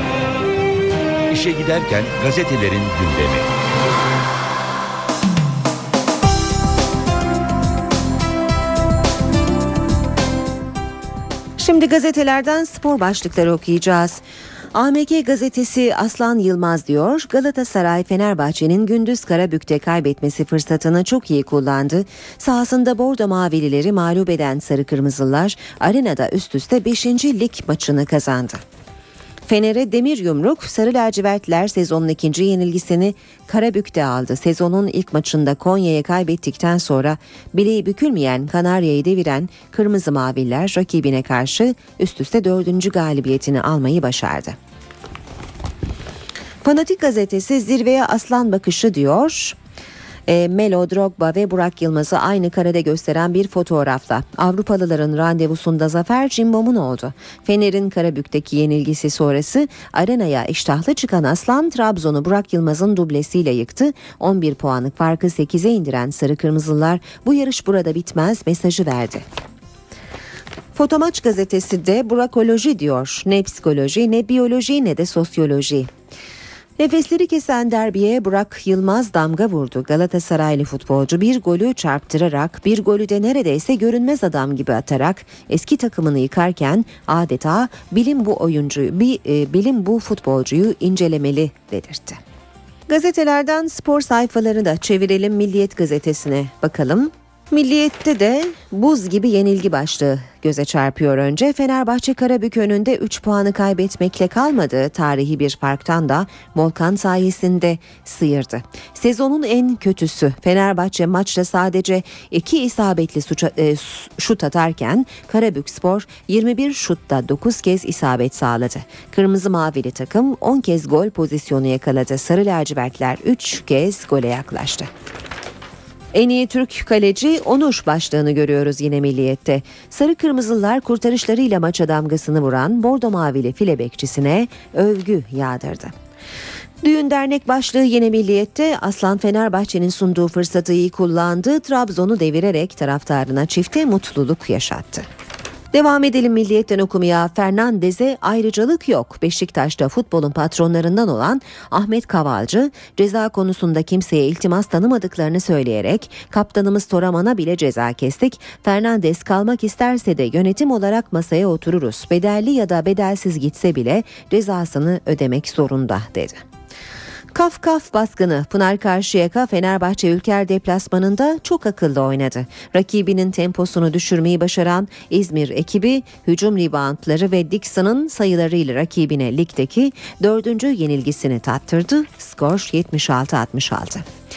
İşe giderken gazetelerin gündemi. Şimdi gazetelerden spor başlıkları okuyacağız. A M G gazetesi Aslan Yılmaz diyor, Galatasaray Fenerbahçe'nin gündüz Karabük'te kaybetmesi fırsatını çok iyi kullandı. Sahasında Bordo Mavilileri mağlup eden Sarı Kırmızılar arenada üst üste beşinci lig maçını kazandı. Fener'e demir yumruk, Sarı Lacivertler sezonun ikinci yenilgisini Karabük'te aldı. Sezonun ilk maçında Konya'ya kaybettikten sonra bileği bükülmeyen Kanarya'yı deviren Kırmızı Maviller rakibine karşı üst üste dördüncü galibiyetini almayı başardı. Fanatik gazetesi zirveye aslan bakışı diyor. E, Melo, Drogba ve Burak Yılmaz'ı aynı karede gösteren bir fotoğrafla Avrupalıların randevusunda zafer Cimbom'un oldu. Fener'in Karabük'teki yenilgisi sonrası arenaya iştahlı çıkan Aslan Trabzon'u Burak Yılmaz'ın dublesiyle yıktı. on bir puanlık farkı sekize indiren Sarı Kırmızılar bu yarış burada bitmez mesajı verdi. Fotomaç gazetesi de Burakoloji diyor. Ne psikoloji, ne biyoloji, ne de sosyoloji. Nefesleri kesen derbiye Burak Yılmaz damga vurdu. Galatasaraylı futbolcu bir golü çarptırarak, bir golü de neredeyse görünmez adam gibi atarak eski takımını yıkarken adeta bilim bu oyuncuyu, bir, e, bilim bu futbolcuyu incelemeli dedirtti. Gazetelerden spor sayfalarını da çevirelim, Milliyet gazetesine bakalım. Milliyet'te de buz gibi yenilgi başlığı göze çarpıyor önce. Fenerbahçe Karabük önünde üç puanı kaybetmekle kalmadı. Tarihi bir farktan da Volkan sayesinde sıyırdı. Sezonun en kötüsü Fenerbahçe maçta sadece iki isabetli suça, e, şut atarken Karabükspor yirmi bir şutta dokuz kez isabet sağladı. Kırmızı mavili takım on kez gol pozisyonu yakaladı. Sarı lacivertler üç kez gole yaklaştı. En iyi Türk kaleci Onur başlığını görüyoruz yine Milliyet'te. Sarı Kırmızılılar kurtarışlarıyla maça damgasını vuran Bordo Mavili file bekçisine övgü yağdırdı. Düğün dernek başlığı yine Milliyet'te. Aslan Fenerbahçe'nin sunduğu fırsatı iyi kullandı. Trabzon'u devirerek taraftarına çifte mutluluk yaşattı. Devam edelim Milliyet'ten okumaya. Fernandez'e ayrıcalık yok. Beşiktaş'ta futbolun patronlarından olan Ahmet Kavalcı ceza konusunda kimseye iltimas tanımadıklarını söyleyerek kaptanımız Toraman'a bile ceza kestik. Fernandez kalmak isterse de yönetim olarak masaya otururuz. Bedelli ya da bedelsiz gitse bile cezasını ödemek zorunda dedi. Kaf kaf baskını Pınar Karşıyaka Fenerbahçe Ülker deplasmanında çok akıllı oynadı. Rakibinin temposunu düşürmeyi başaran İzmir ekibi hücum reboundları ve Dixon'ın sayılarıyla rakibine ligdeki dördüncü yenilgisini tattırdı. Skor yetmiş altı altmış altı.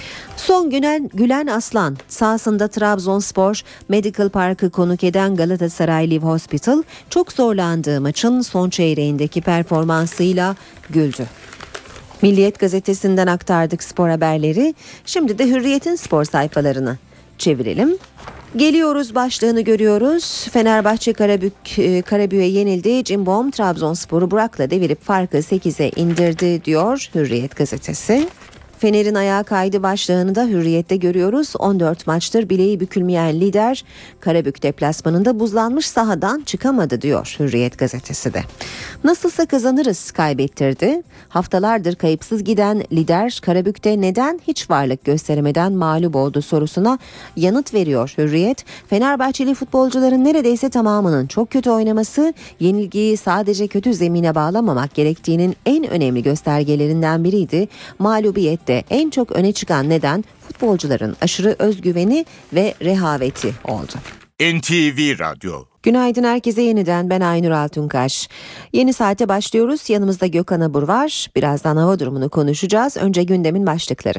Son Gülen, Gülen Aslan sahasında Trabzonspor Medical Park'ı konuk eden Galatasaray Live Hospital çok zorlandığı maçın son çeyreğindeki performansıyla güldü. Milliyet gazetesinden aktardık spor haberleri. Şimdi de Hürriyet'in spor sayfalarını çevirelim. Geliyoruz başlığını görüyoruz. Fenerbahçe Karabük Karabük'e yenildi. Cimbom Trabzonspor'u Burak'la devirip farkı sekize indirdi diyor Hürriyet gazetesi. Fener'in ayağa kaydı başlığını da Hürriyet'te görüyoruz. on dört maçtır bileği bükülmeyen lider Karabük deplasmanında buzlanmış sahadan çıkamadı diyor Hürriyet gazetesi de. Nasılsa kazanırız kaybettirdi. Haftalardır kayıpsız giden lider Karabük'te neden hiç varlık gösteremeden mağlup oldu sorusuna yanıt veriyor Hürriyet. Fenerbahçeli futbolcuların neredeyse tamamının çok kötü oynaması, yenilgiyi sadece kötü zemine bağlamamak gerektiğinin en önemli göstergelerinden biriydi. Mağlubiyet de en çok öne çıkan neden futbolcuların aşırı özgüveni ve rehaveti oldu. N T V Radyo. Günaydın herkese yeniden, ben Aynur Altunkaş. Yeni saate başlıyoruz. Yanımızda Gökhan Abur var. Birazdan hava durumunu konuşacağız. Önce gündemin başlıkları.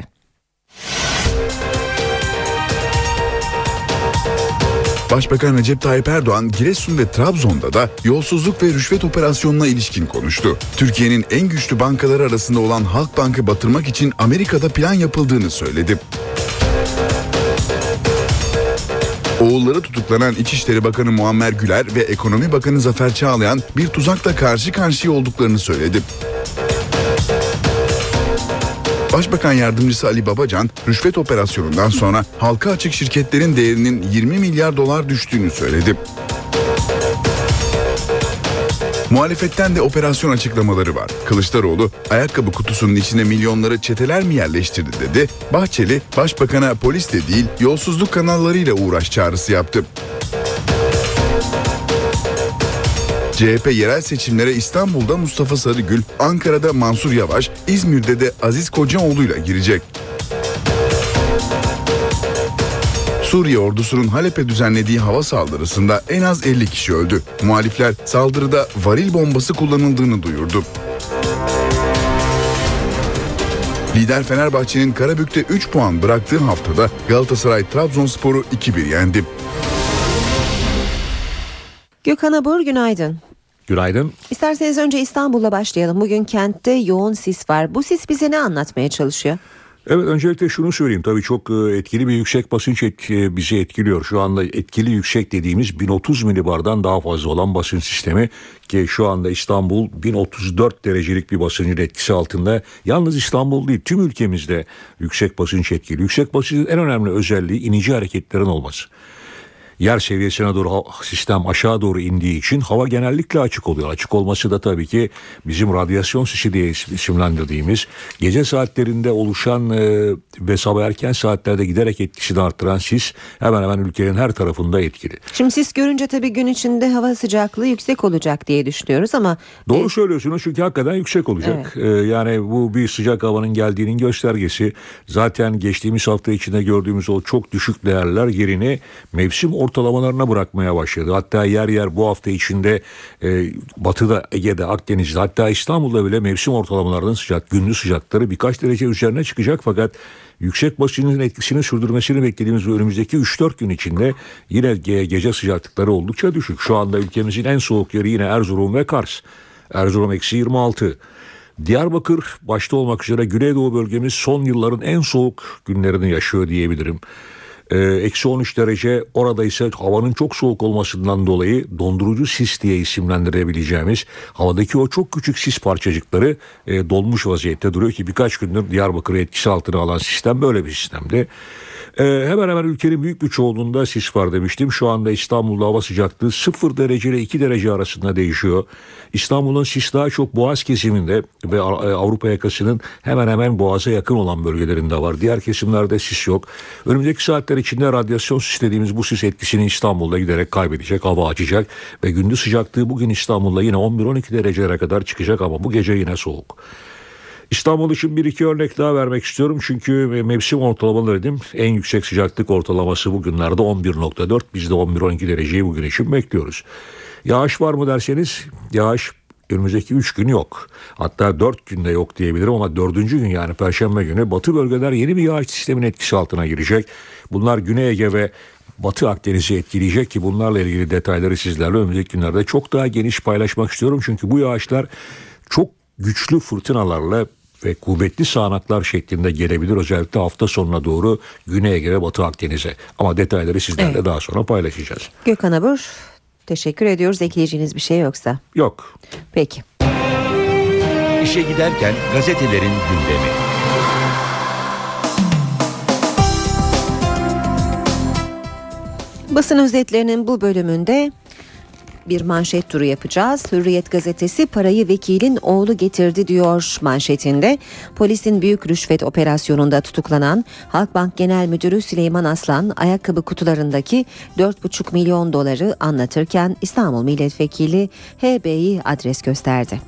Başbakan Recep Tayyip Erdoğan, Giresun ve Trabzon'da da yolsuzluk ve rüşvet operasyonuna ilişkin konuştu. Türkiye'nin en güçlü bankaları arasında olan Halkbank'ı batırmak için Amerika'da plan yapıldığını söyledi. Oğulları tutuklanan İçişleri Bakanı Muammer Güler ve Ekonomi Bakanı Zafer Çağlayan bir tuzakla karşı karşıya olduklarını söyledi. Başbakan Yardımcısı Ali Babacan, rüşvet operasyonundan sonra halka açık şirketlerin değerinin yirmi milyar dolar düştüğünü söyledi. Muhalefetten de operasyon açıklamaları var. Kılıçdaroğlu, ayakkabı kutusunun içine milyonları çeteler mi yerleştirdi dedi. Bahçeli, başbakana polis de değil yolsuzluk kanallarıyla uğraş çağrısı yaptı. C H P yerel seçimlere İstanbul'da Mustafa Sarıgül, Ankara'da Mansur Yavaş, İzmir'de de Aziz Kocaoğlu'yla girecek. Suriye ordusunun Halep'e düzenlediği hava saldırısında en az elli kişi öldü. Muhalifler saldırıda varil bombası kullanıldığını duyurdu. Lider Fenerbahçe'nin Karabük'te üç puan bıraktığı haftada Galatasaray Trabzonspor'u iki bir yendi. Gökhan Abur, günaydın. Günaydın. İsterseniz önce İstanbul'la başlayalım. Bugün kentte yoğun sis var. Bu sis bize ne anlatmaya çalışıyor? Evet, öncelikle şunu söyleyeyim. Tabii çok etkili bir yüksek basınç et, bizi etkiliyor. Şu anda etkili yüksek dediğimiz bin otuz milibardan daha fazla olan basınç sistemi ki şu anda İstanbul bin otuz dört derecelik bir basıncın etkisi altında. Yalnız İstanbul değil, tüm ülkemizde yüksek basınç etkili. Yüksek basıncın en önemli özelliği inici hareketlerin olması. yer seviyesine doğru sistem aşağı doğru indiği için hava genellikle açık oluyor. Açık olması da tabii ki bizim radyasyon sisi diye isimlendirdiğimiz gece saatlerinde oluşan e, ve sabah erken saatlerde giderek etkisini arttıran sis hemen hemen ülkenin her tarafında etkili. Şimdi sis görünce tabii gün içinde hava sıcaklığı yüksek olacak diye düşünüyoruz ama... Doğru e... söylüyorsunuz çünkü hakikaten yüksek olacak. Evet. Ee, yani bu bir sıcak havanın geldiğinin göstergesi. Zaten geçtiğimiz hafta içinde gördüğümüz o çok düşük değerler yerini mevsim ortalamalarına bırakmaya başladı. Hatta yer yer bu hafta içinde e, batıda, Ege'de, Akdeniz'de, hatta İstanbul'da bile mevsim ortalamalarının sıcak, gündüz sıcakları birkaç derece üzerine çıkacak fakat yüksek basıncın etkisini sürdürmesini beklediğimiz önümüzdeki üç dört gün içinde yine ge- gece sıcaklıkları oldukça düşük. Şu anda ülkemizin en soğuk yeri yine Erzurum ve Kars. Erzurum eksi yirmi altı. Diyarbakır başta olmak üzere Güneydoğu bölgemiz son yılların en soğuk günlerini yaşıyor diyebilirim. Ee, eksi on üç derece, orada ise havanın çok soğuk olmasından dolayı dondurucu sis diye isimlendirebileceğimiz havadaki o çok küçük sis parçacıkları e, dolmuş vaziyette duruyor ki birkaç gündür Diyarbakır'ı etkisi altına alan sistem böyle bir sistemdi. Ee, hemen hemen ülkenin büyük bir çoğunluğunda sis var demiştim. Şu anda İstanbul'da hava sıcaklığı sıfır derece ile iki derece arasında değişiyor. İstanbul'un sis daha çok Boğaz kesiminde ve Avrupa yakasının hemen hemen Boğaz'a yakın olan bölgelerinde var. Diğer kesimlerde sis yok. Önümüzdeki saatler içinde radyasyon sis dediğimiz bu sis etkisini İstanbul'da giderek kaybedecek, hava açacak ve gündüz sıcaklığı bugün İstanbul'da yine on bir on iki derecelere kadar çıkacak ama bu gece yine soğuk. İstanbul için bir iki örnek daha vermek istiyorum çünkü mevsim ortalamaları dedim. En yüksek sıcaklık ortalaması bugünlerde on bir nokta dört. Biz de on bir on iki dereceyi bugün için bekliyoruz. Yağış var mı derseniz yağış önümüzdeki üç gün yok. Hatta dört günde yok diyebilirim ama dördüncü gün yani Perşembe günü batı bölgeler yeni bir yağış sisteminin etkisi altına girecek. Bunlar Güney Ege ve Batı Akdeniz'i etkileyecek ki bunlarla ilgili detayları sizlerle önümüzdeki günlerde çok daha geniş paylaşmak istiyorum. Çünkü bu yağışlar çok güçlü fırtınalarla ve kuvvetli sağanaklar şeklinde gelebilir. Özellikle hafta sonuna doğru Güney Ege ve Batı Akdeniz'e. Ama detayları sizlerle evet. daha sonra paylaşacağız. Gökhan Abur, teşekkür ediyoruz. Ekleyeceğiniz bir şey yoksa? Yok. Peki. İşe giderken gazetelerin gündemi. Basın özetlerinin bu bölümünde bir manşet turu yapacağız. Hürriyet gazetesi parayı vekilin oğlu getirdi diyor manşetinde. Polisin büyük rüşvet operasyonunda tutuklanan Halkbank Genel Müdürü Süleyman Aslan ayakkabı kutularındaki dört buçuk milyon doları anlatırken İstanbul Milletvekili H B'yi adres gösterdi.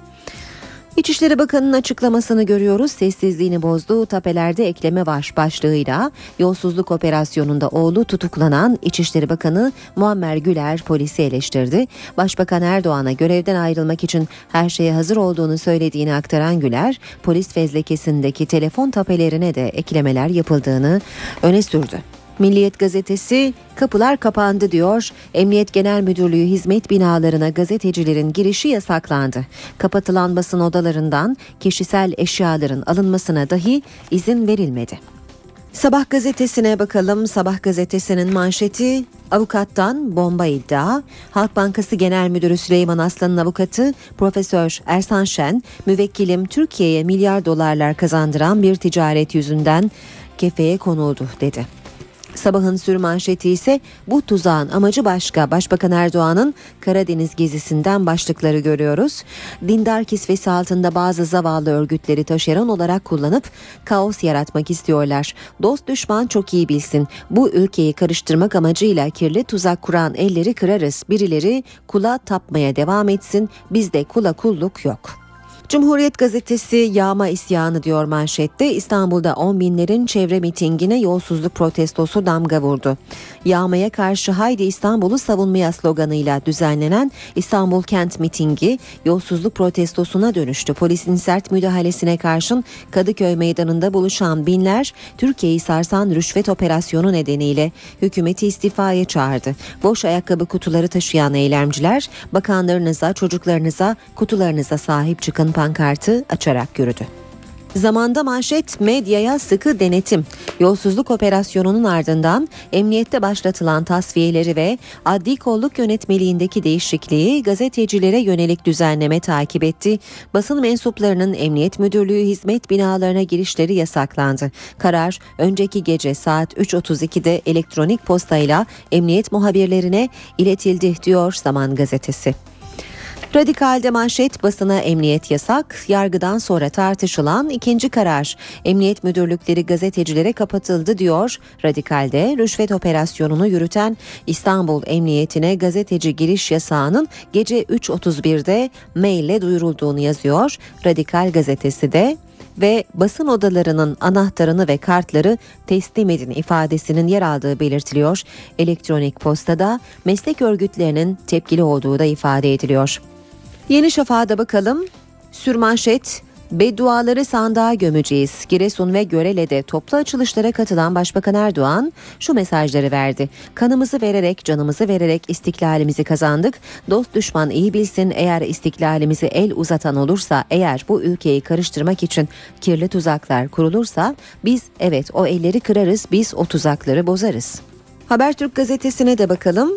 İçişleri Bakanı'nın açıklamasını görüyoruz. Sessizliğini bozduğu tapelerde ekleme var başlığıyla yolsuzluk operasyonunda oğlu tutuklanan İçişleri Bakanı Muammer Güler polisi eleştirdi. Başbakan Erdoğan'a görevden ayrılmak için her şeye hazır olduğunu söylediğini aktaran Güler, polis fezlekesindeki telefon tapelerine de eklemeler yapıldığını öne sürdü. Milliyet gazetesi kapılar kapandı diyor. Emniyet Genel Müdürlüğü hizmet binalarına gazetecilerin girişi yasaklandı. Kapatılan basın odalarından kişisel eşyaların alınmasına dahi izin verilmedi. Sabah gazetesine bakalım. Sabah gazetesinin manşeti avukattan bomba iddia. Halk Bankası Genel Müdürü Süleyman Aslan'ın avukatı Profesör Ersan Şen, müvekkilim Türkiye'ye milyar dolarlar kazandıran bir ticaret yüzünden kefeye konuldu dedi. Sabahın sürmanşeti ise bu tuzağın amacı başka. Başbakan Erdoğan'ın Karadeniz gezisinden başlıkları görüyoruz. Dindar kisvesi altında bazı zavallı örgütleri taşeron olarak kullanıp kaos yaratmak istiyorlar. Dost düşman çok iyi bilsin. Bu ülkeyi karıştırmak amacıyla kirli tuzak kuran elleri kırarız. Birileri kula tapmaya devam etsin. Bizde kula kulluk yok. Cumhuriyet gazetesi yağma isyanı diyor manşette. İstanbul'da on binlerin çevre mitingine yolsuzluk protestosu damga vurdu. Yağmaya karşı Haydi İstanbul'u savunmaya sloganıyla düzenlenen İstanbul Kent mitingi yolsuzluk protestosuna dönüştü. Polisin sert müdahalesine karşın Kadıköy meydanında buluşan binler Türkiye'yi sarsan rüşvet operasyonu nedeniyle hükümeti istifaya çağırdı. Boş ayakkabı kutuları taşıyan eylemciler bakanlarınıza, çocuklarınıza, kutularınıza sahip çıkın pankartı açarak yürüdü. Zamanda manşet medyaya sıkı denetim. Yolsuzluk operasyonunun ardından emniyette başlatılan tasfiyeleri ve adli kolluk yönetmeliğindeki değişikliği gazetecilere yönelik düzenleme takip etti. Basın mensuplarının emniyet müdürlüğü hizmet binalarına girişleri yasaklandı. Karar önceki gece saat üç otuz ikide elektronik postayla emniyet muhabirlerine iletildi diyor Zaman Gazetesi. Radikal'de manşet basına emniyet yasak, yargıdan sonra tartışılan ikinci karar. Emniyet müdürlükleri gazetecilere kapatıldı diyor. Radikal'de rüşvet operasyonunu yürüten İstanbul Emniyetine gazeteci giriş yasağının gece üç otuz birde maille duyurulduğunu yazıyor. Radikal gazetesi de ve basın odalarının anahtarını ve kartları teslim edin ifadesinin yer aldığı belirtiliyor. Elektronik postada meslek örgütlerinin tepkili olduğu da ifade ediliyor. Yeni Şafak'a da bakalım. Sürmanşet, bedduaları sandığa gömeceğiz. Giresun ve Görele'de toplu açılışlara katılan Başbakan Erdoğan şu mesajları verdi. Kanımızı vererek, canımızı vererek istiklalimizi kazandık. Dost düşman iyi bilsin, eğer istiklalimizi el uzatan olursa, eğer bu ülkeyi karıştırmak için kirli tuzaklar kurulursa biz evet o elleri kırarız, biz o tuzakları bozarız. Habertürk gazetesine de bakalım.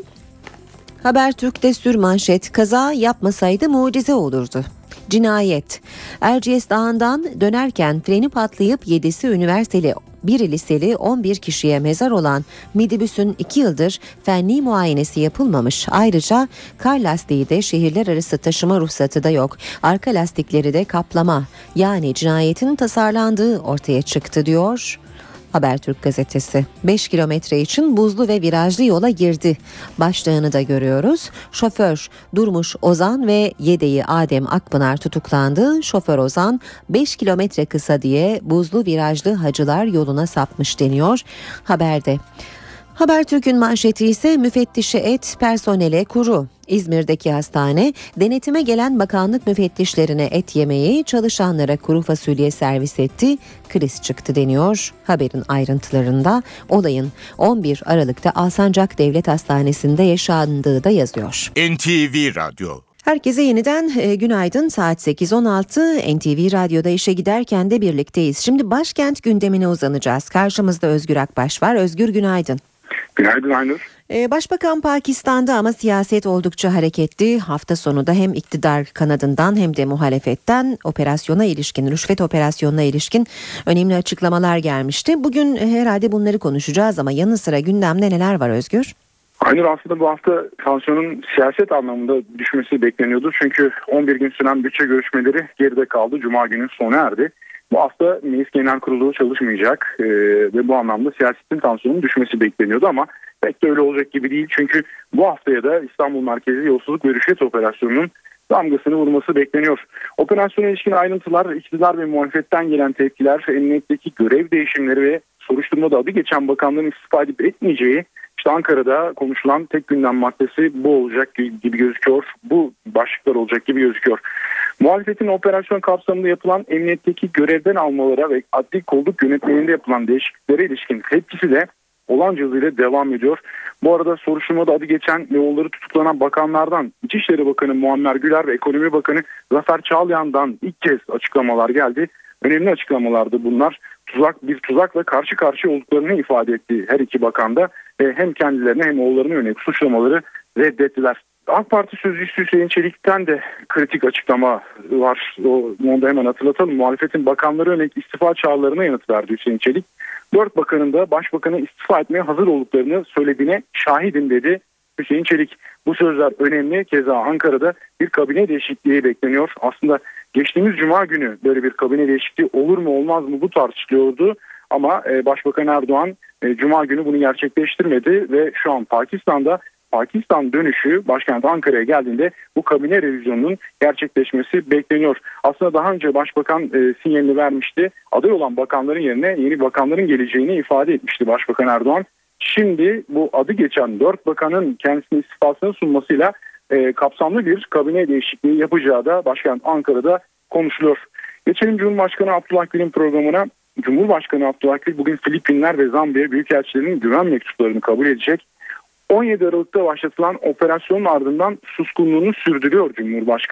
Habertürk'te sürmanşet, kaza yapmasaydı mucize olurdu. Cinayet. Erciyes Dağı'ndan dönerken freni patlayıp yedisi üniversiteli, bir liseli on bir kişiye mezar olan midibüsün iki yıldır fenli muayenesi yapılmamış. Ayrıca kar lastiği de şehirler arası taşıma ruhsatı da yok. Arka lastikleri de kaplama. Yani cinayetin tasarlandığı ortaya çıktı diyor Habertürk gazetesi. beş kilometre için buzlu ve virajlı yola girdi. Başlığını da görüyoruz. Şoför Durmuş Ozan ve yedeği Adem Akpınar tutuklandı. Şoför Ozan beş kilometre kısa diye buzlu virajlı Hacılar yoluna sapmış deniyor haberde. Habertürk'ün manşeti ise müfettişe et, personele kuru. İzmir'deki hastane denetime gelen bakanlık müfettişlerine et yemeği, çalışanlara kuru fasulye servis etti. Kriz çıktı deniyor haberin ayrıntılarında. Olayın on bir Aralık'ta Alsancak Devlet Hastanesi'nde yaşandığı da yazıyor. N T V Radyo. Herkese yeniden e, günaydın. Saat sekiz on altı. N T V Radyo'da işe giderken de birlikteyiz. Şimdi başkent gündemine uzanacağız. Karşımızda Özgür Akbaş var. Özgür, günaydın. Günaydın Aynur. Başbakan Pakistan'da ama siyaset oldukça hareketli. Hafta sonu da hem iktidar kanadından hem de muhalefetten operasyona ilişkin, rüşvet operasyonuna ilişkin önemli açıklamalar gelmişti. Bugün herhalde bunları konuşacağız ama yanı sıra gündemde neler var Özgür? Aynur, aslında bu hafta tansiyonun siyaset anlamında düşmesi bekleniyordu. Çünkü on bir gün süren bütçe görüşmeleri geride kaldı. Cuma günü sona erdi. Bu hafta Meclis Genel Kurulu çalışmayacak ee, ve bu anlamda siyasetin tansiyonun düşmesi bekleniyordu ama pek de öyle olacak gibi değil. Çünkü bu haftaya da İstanbul merkezli yolsuzluk ve rüşvet operasyonunun damgasını vurması bekleniyor. Operasyona ilişkin ayrıntılar, iktidar ve muhalefetten gelen tepkiler, emniyetteki görev değişimleri ve soruşturmada adı geçen bakanların istifa edip etmeyeceği, işte Ankara'da konuşulan tek gündem maddesi bu olacak gibi gözüküyor. Bu başlıklar olacak gibi gözüküyor. Muhalefetin operasyon kapsamında yapılan emniyetteki görevden almalara ve adli kolluk yönetmeliğinde yapılan değişikliklere ilişkin tepkisi de olanca hızıyla devam ediyor. Bu arada soruşturmada adı geçen ve onları tutuklanan bakanlardan İçişleri Bakanı Muammer Güler ve Ekonomi Bakanı Zafer Çağlayan'dan ilk kez açıklamalar geldi. Önemli açıklamalardı bunlar. Tuzak bir tuzakla karşı karşıya olduklarını ifade etti her iki bakan da. Ve hem kendilerine hem oğullarına yönelik suçlamaları reddettiler. AK Parti sözcüsü Hüseyin Çelik'ten de kritik açıklama var. O, onu da hemen hatırlatalım. Muhalefetin bakanları yönelik istifa çağrılarına yanıt verdi Hüseyin Çelik. Dört bakanın da başbakanı istifa etmeye hazır olduklarını söylediğine şahidim dedi Hüseyin Çelik. Bu sözler önemli. Keza Ankara'da bir kabine değişikliği bekleniyor. Aslında geçtiğimiz Cuma günü böyle bir kabine değişikliği olur mu olmaz mı bu tartışılıyordu. Ama Başbakan Erdoğan Cuma günü bunu gerçekleştirmedi ve şu an Pakistan'da Pakistan dönüşü başkent Ankara'ya geldiğinde bu kabine revizyonunun gerçekleşmesi bekleniyor. Aslında daha önce Başbakan e, sinyalini vermişti. Aday olan bakanların yerine yeni bakanların geleceğini ifade etmişti Başbakan Erdoğan. Şimdi bu adı geçen dört bakanın kendisine istifasını sunmasıyla e, kapsamlı bir kabine değişikliği yapacağı da başkent Ankara'da konuşuluyor. Geçelim Cumhurbaşkanı Abdullah Gül'ün programına. Cumhurbaşkanı Abdullah Gül bugün Filipinler ve Zambiya büyükelçilerinin güven mektuplarını kabul edecek. on yedi Aralık'ta başlatılan operasyonun ardından suskunluğunu sürdürüyor Cumhurbaşkanı.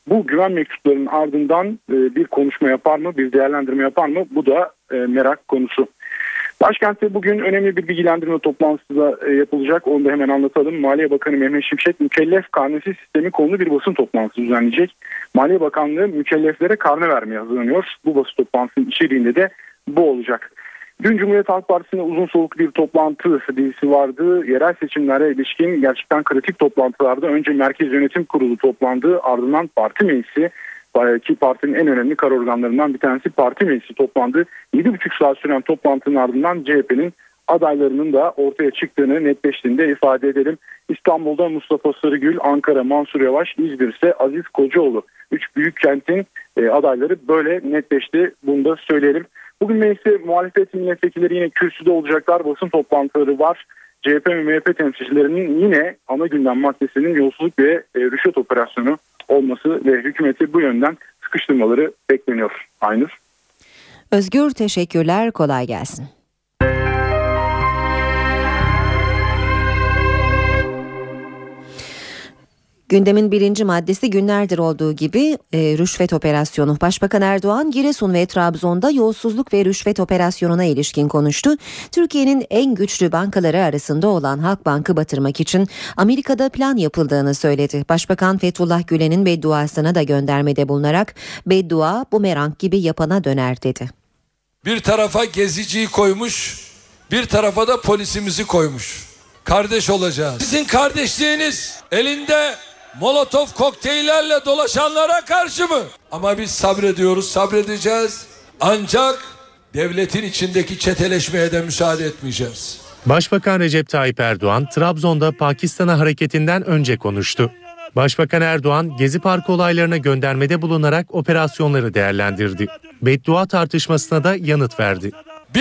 Bu güven mektuplarının ardından e, bir konuşma yapar mı, bir değerlendirme yapar mı? Bu da e, merak konusu. Başkentte bugün önemli bir bilgilendirme toplantısı da e, yapılacak. Onu da hemen anlatalım. Maliye Bakanı Mehmet Şimşek mükellef karnesi sistemi konulu bir basın toplantısı düzenleyecek. Maliye Bakanlığı mükelleflere karne vermeye hazırlanıyor. Bu basın toplantısının içeriğinde de bu olacak. Dün Cumhuriyet Halk Partisi'nde uzun soluklu bir toplantı dizisi vardı. Yerel seçimlere ilişkin gerçekten kritik toplantılarda önce Merkez Yönetim Kurulu toplandı. Ardından parti meclisi, ki partinin en önemli kar organlarından bir tanesi parti meclisi toplandı. yedi buçuk saat süren toplantının ardından C H P'nin adaylarının da ortaya çıktığını netleştiğini de ifade edelim. İstanbul'da Mustafa Sarıgül, Ankara Mansur Yavaş, İzmir ise Aziz Kocaoğlu. Üç büyük kentin e, adayları böyle netleşti. Bunu da söyleyelim. Bugün mecliste muhalefet milletvekilleri yine kürsüde olacaklar. Basın toplantıları var. C H P ve M H P temsilcilerinin yine ana gündem maddesinin yolsuzluk ve e, rüşvet operasyonu olması ve hükümeti bu yönden sıkıştırmaları bekleniyor. Aynur. Özgür, teşekkürler, kolay gelsin. Gündemin birinci maddesi günlerdir olduğu gibi e, rüşvet operasyonu. Başbakan Erdoğan, Giresun ve Trabzon'da yolsuzluk ve rüşvet operasyonuna ilişkin konuştu. Türkiye'nin en güçlü bankaları arasında olan Halkbank'ı batırmak için Amerika'da plan yapıldığını söyledi. Başbakan Fethullah Gülen'in bedduasına da göndermede bulunarak beddua bumerang gibi yapana döner dedi. Bir tarafa geziciyi koymuş, bir tarafa da polisimizi koymuş. Kardeş olacağız. Sizin kardeşliğiniz elinde Molotov kokteyllerle dolaşanlara karşı mı? Ama biz sabrediyoruz, sabredeceğiz. Ancak devletin içindeki çeteleşmeye de müsaade etmeyeceğiz. Başbakan Recep Tayyip Erdoğan, Trabzon'da Pakistan'a hareketinden önce konuştu. Başbakan Erdoğan, Gezi Parkı olaylarına göndermede bulunarak operasyonları değerlendirdi. Beddua tartışmasına da yanıt verdi.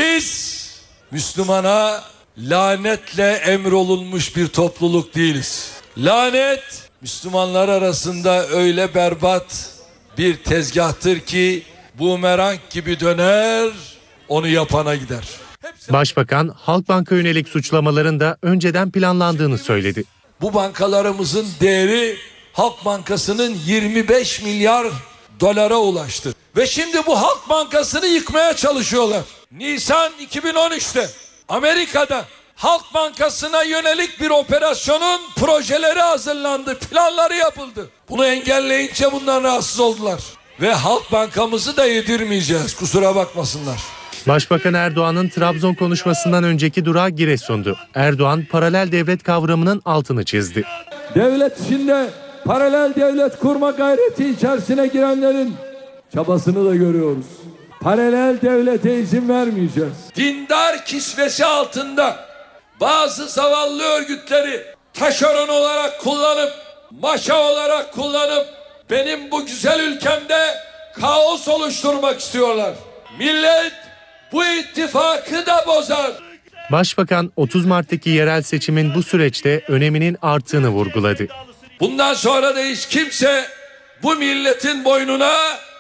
Biz Müslümana lanetle emrolunmuş bir topluluk değiliz. Lanet Müslümanlar arasında öyle berbat bir tezgahtır ki bumerang gibi döner, onu yapana gider. Başbakan, Halkbank'a yönelik suçlamaların da önceden planlandığını söyledi. Bu bankalarımızın değeri Halk Bankası'nın yirmi beş milyar dolara ulaştı. Ve şimdi bu Halk Bankası'nı yıkmaya çalışıyorlar. Nisan iki bin on üçte Amerika'da Halk Bankası'na yönelik bir operasyonun projeleri hazırlandı, planları yapıldı. Bunu engelleyince bundan rahatsız oldular. Ve Halk Bankamızı da yedirmeyeceğiz, kusura bakmasınlar. Başbakan Erdoğan'ın Trabzon konuşmasından önceki durağı Giresun'du. Erdoğan paralel devlet kavramının altını çizdi. Devlet içinde paralel devlet kurma gayreti içerisine girenlerin çabasını da görüyoruz. Paralel devlete izin vermeyeceğiz. Dindar kisvesi altında bazı zavallı örgütleri taşeron olarak kullanıp, maşa olarak kullanıp benim bu güzel ülkemde kaos oluşturmak istiyorlar. Millet bu ittifakı da bozar. Başbakan otuz Mart'taki yerel seçimin bu süreçte öneminin arttığını vurguladı. Bundan sonra da hiç kimse bu milletin boynuna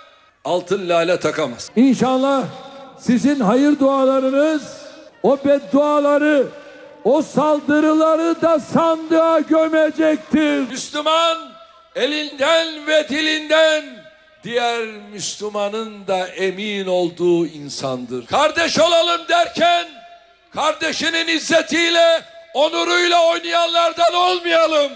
altın lale takamaz. İnşallah sizin hayır dualarınız o bedduaları, o saldırıları da sandığa gömecektir. Müslüman elinden ve dilinden diğer Müslümanın da emin olduğu insandır. Kardeş olalım derken kardeşinin izzetiyle, onuruyla oynayanlardan olmayalım.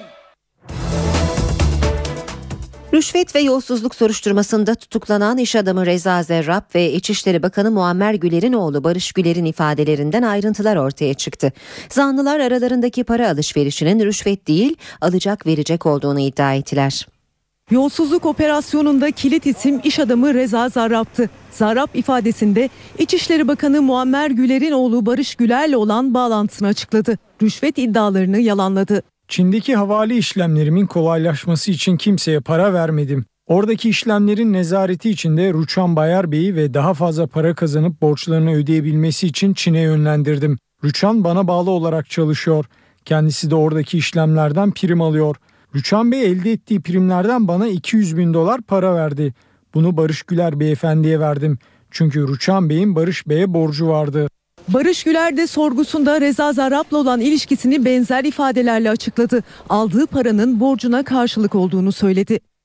Rüşvet ve yolsuzluk soruşturmasında tutuklanan iş adamı Reza Zerrab ve İçişleri Bakanı Muammer Güler'in oğlu Barış Güler'in ifadelerinden ayrıntılar ortaya çıktı. Zanlılar aralarındaki para alışverişinin rüşvet değil, alacak verecek olduğunu iddia ettiler. Yolsuzluk operasyonunda kilit isim iş adamı Reza Zarrab'tı. Zarrab ifadesinde İçişleri Bakanı Muammer Güler'in oğlu Barış Güler'le olan bağlantısını açıkladı. Rüşvet iddialarını yalanladı. Çin'deki havale işlemlerimin kolaylaşması için kimseye para vermedim. Oradaki işlemlerin nezareti içinde Rüçhan Bayar Bey'i ve daha fazla para kazanıp borçlarını ödeyebilmesi için Çin'e yönlendirdim. Rüçhan bana bağlı olarak çalışıyor. Kendisi de oradaki işlemlerden prim alıyor. Rüçhan Bey elde ettiği primlerden bana iki yüz bin dolar para verdi. Bunu Barış Güler beyefendiye verdim. Çünkü Rüçhan Bey'in Barış Bey'e borcu vardı. Barış Güler de sorgusunda Reza Zarrab'la olan ilişkisini benzer ifadelerle açıkladı. Aldığı paranın borcuna karşılık olduğunu söyledi.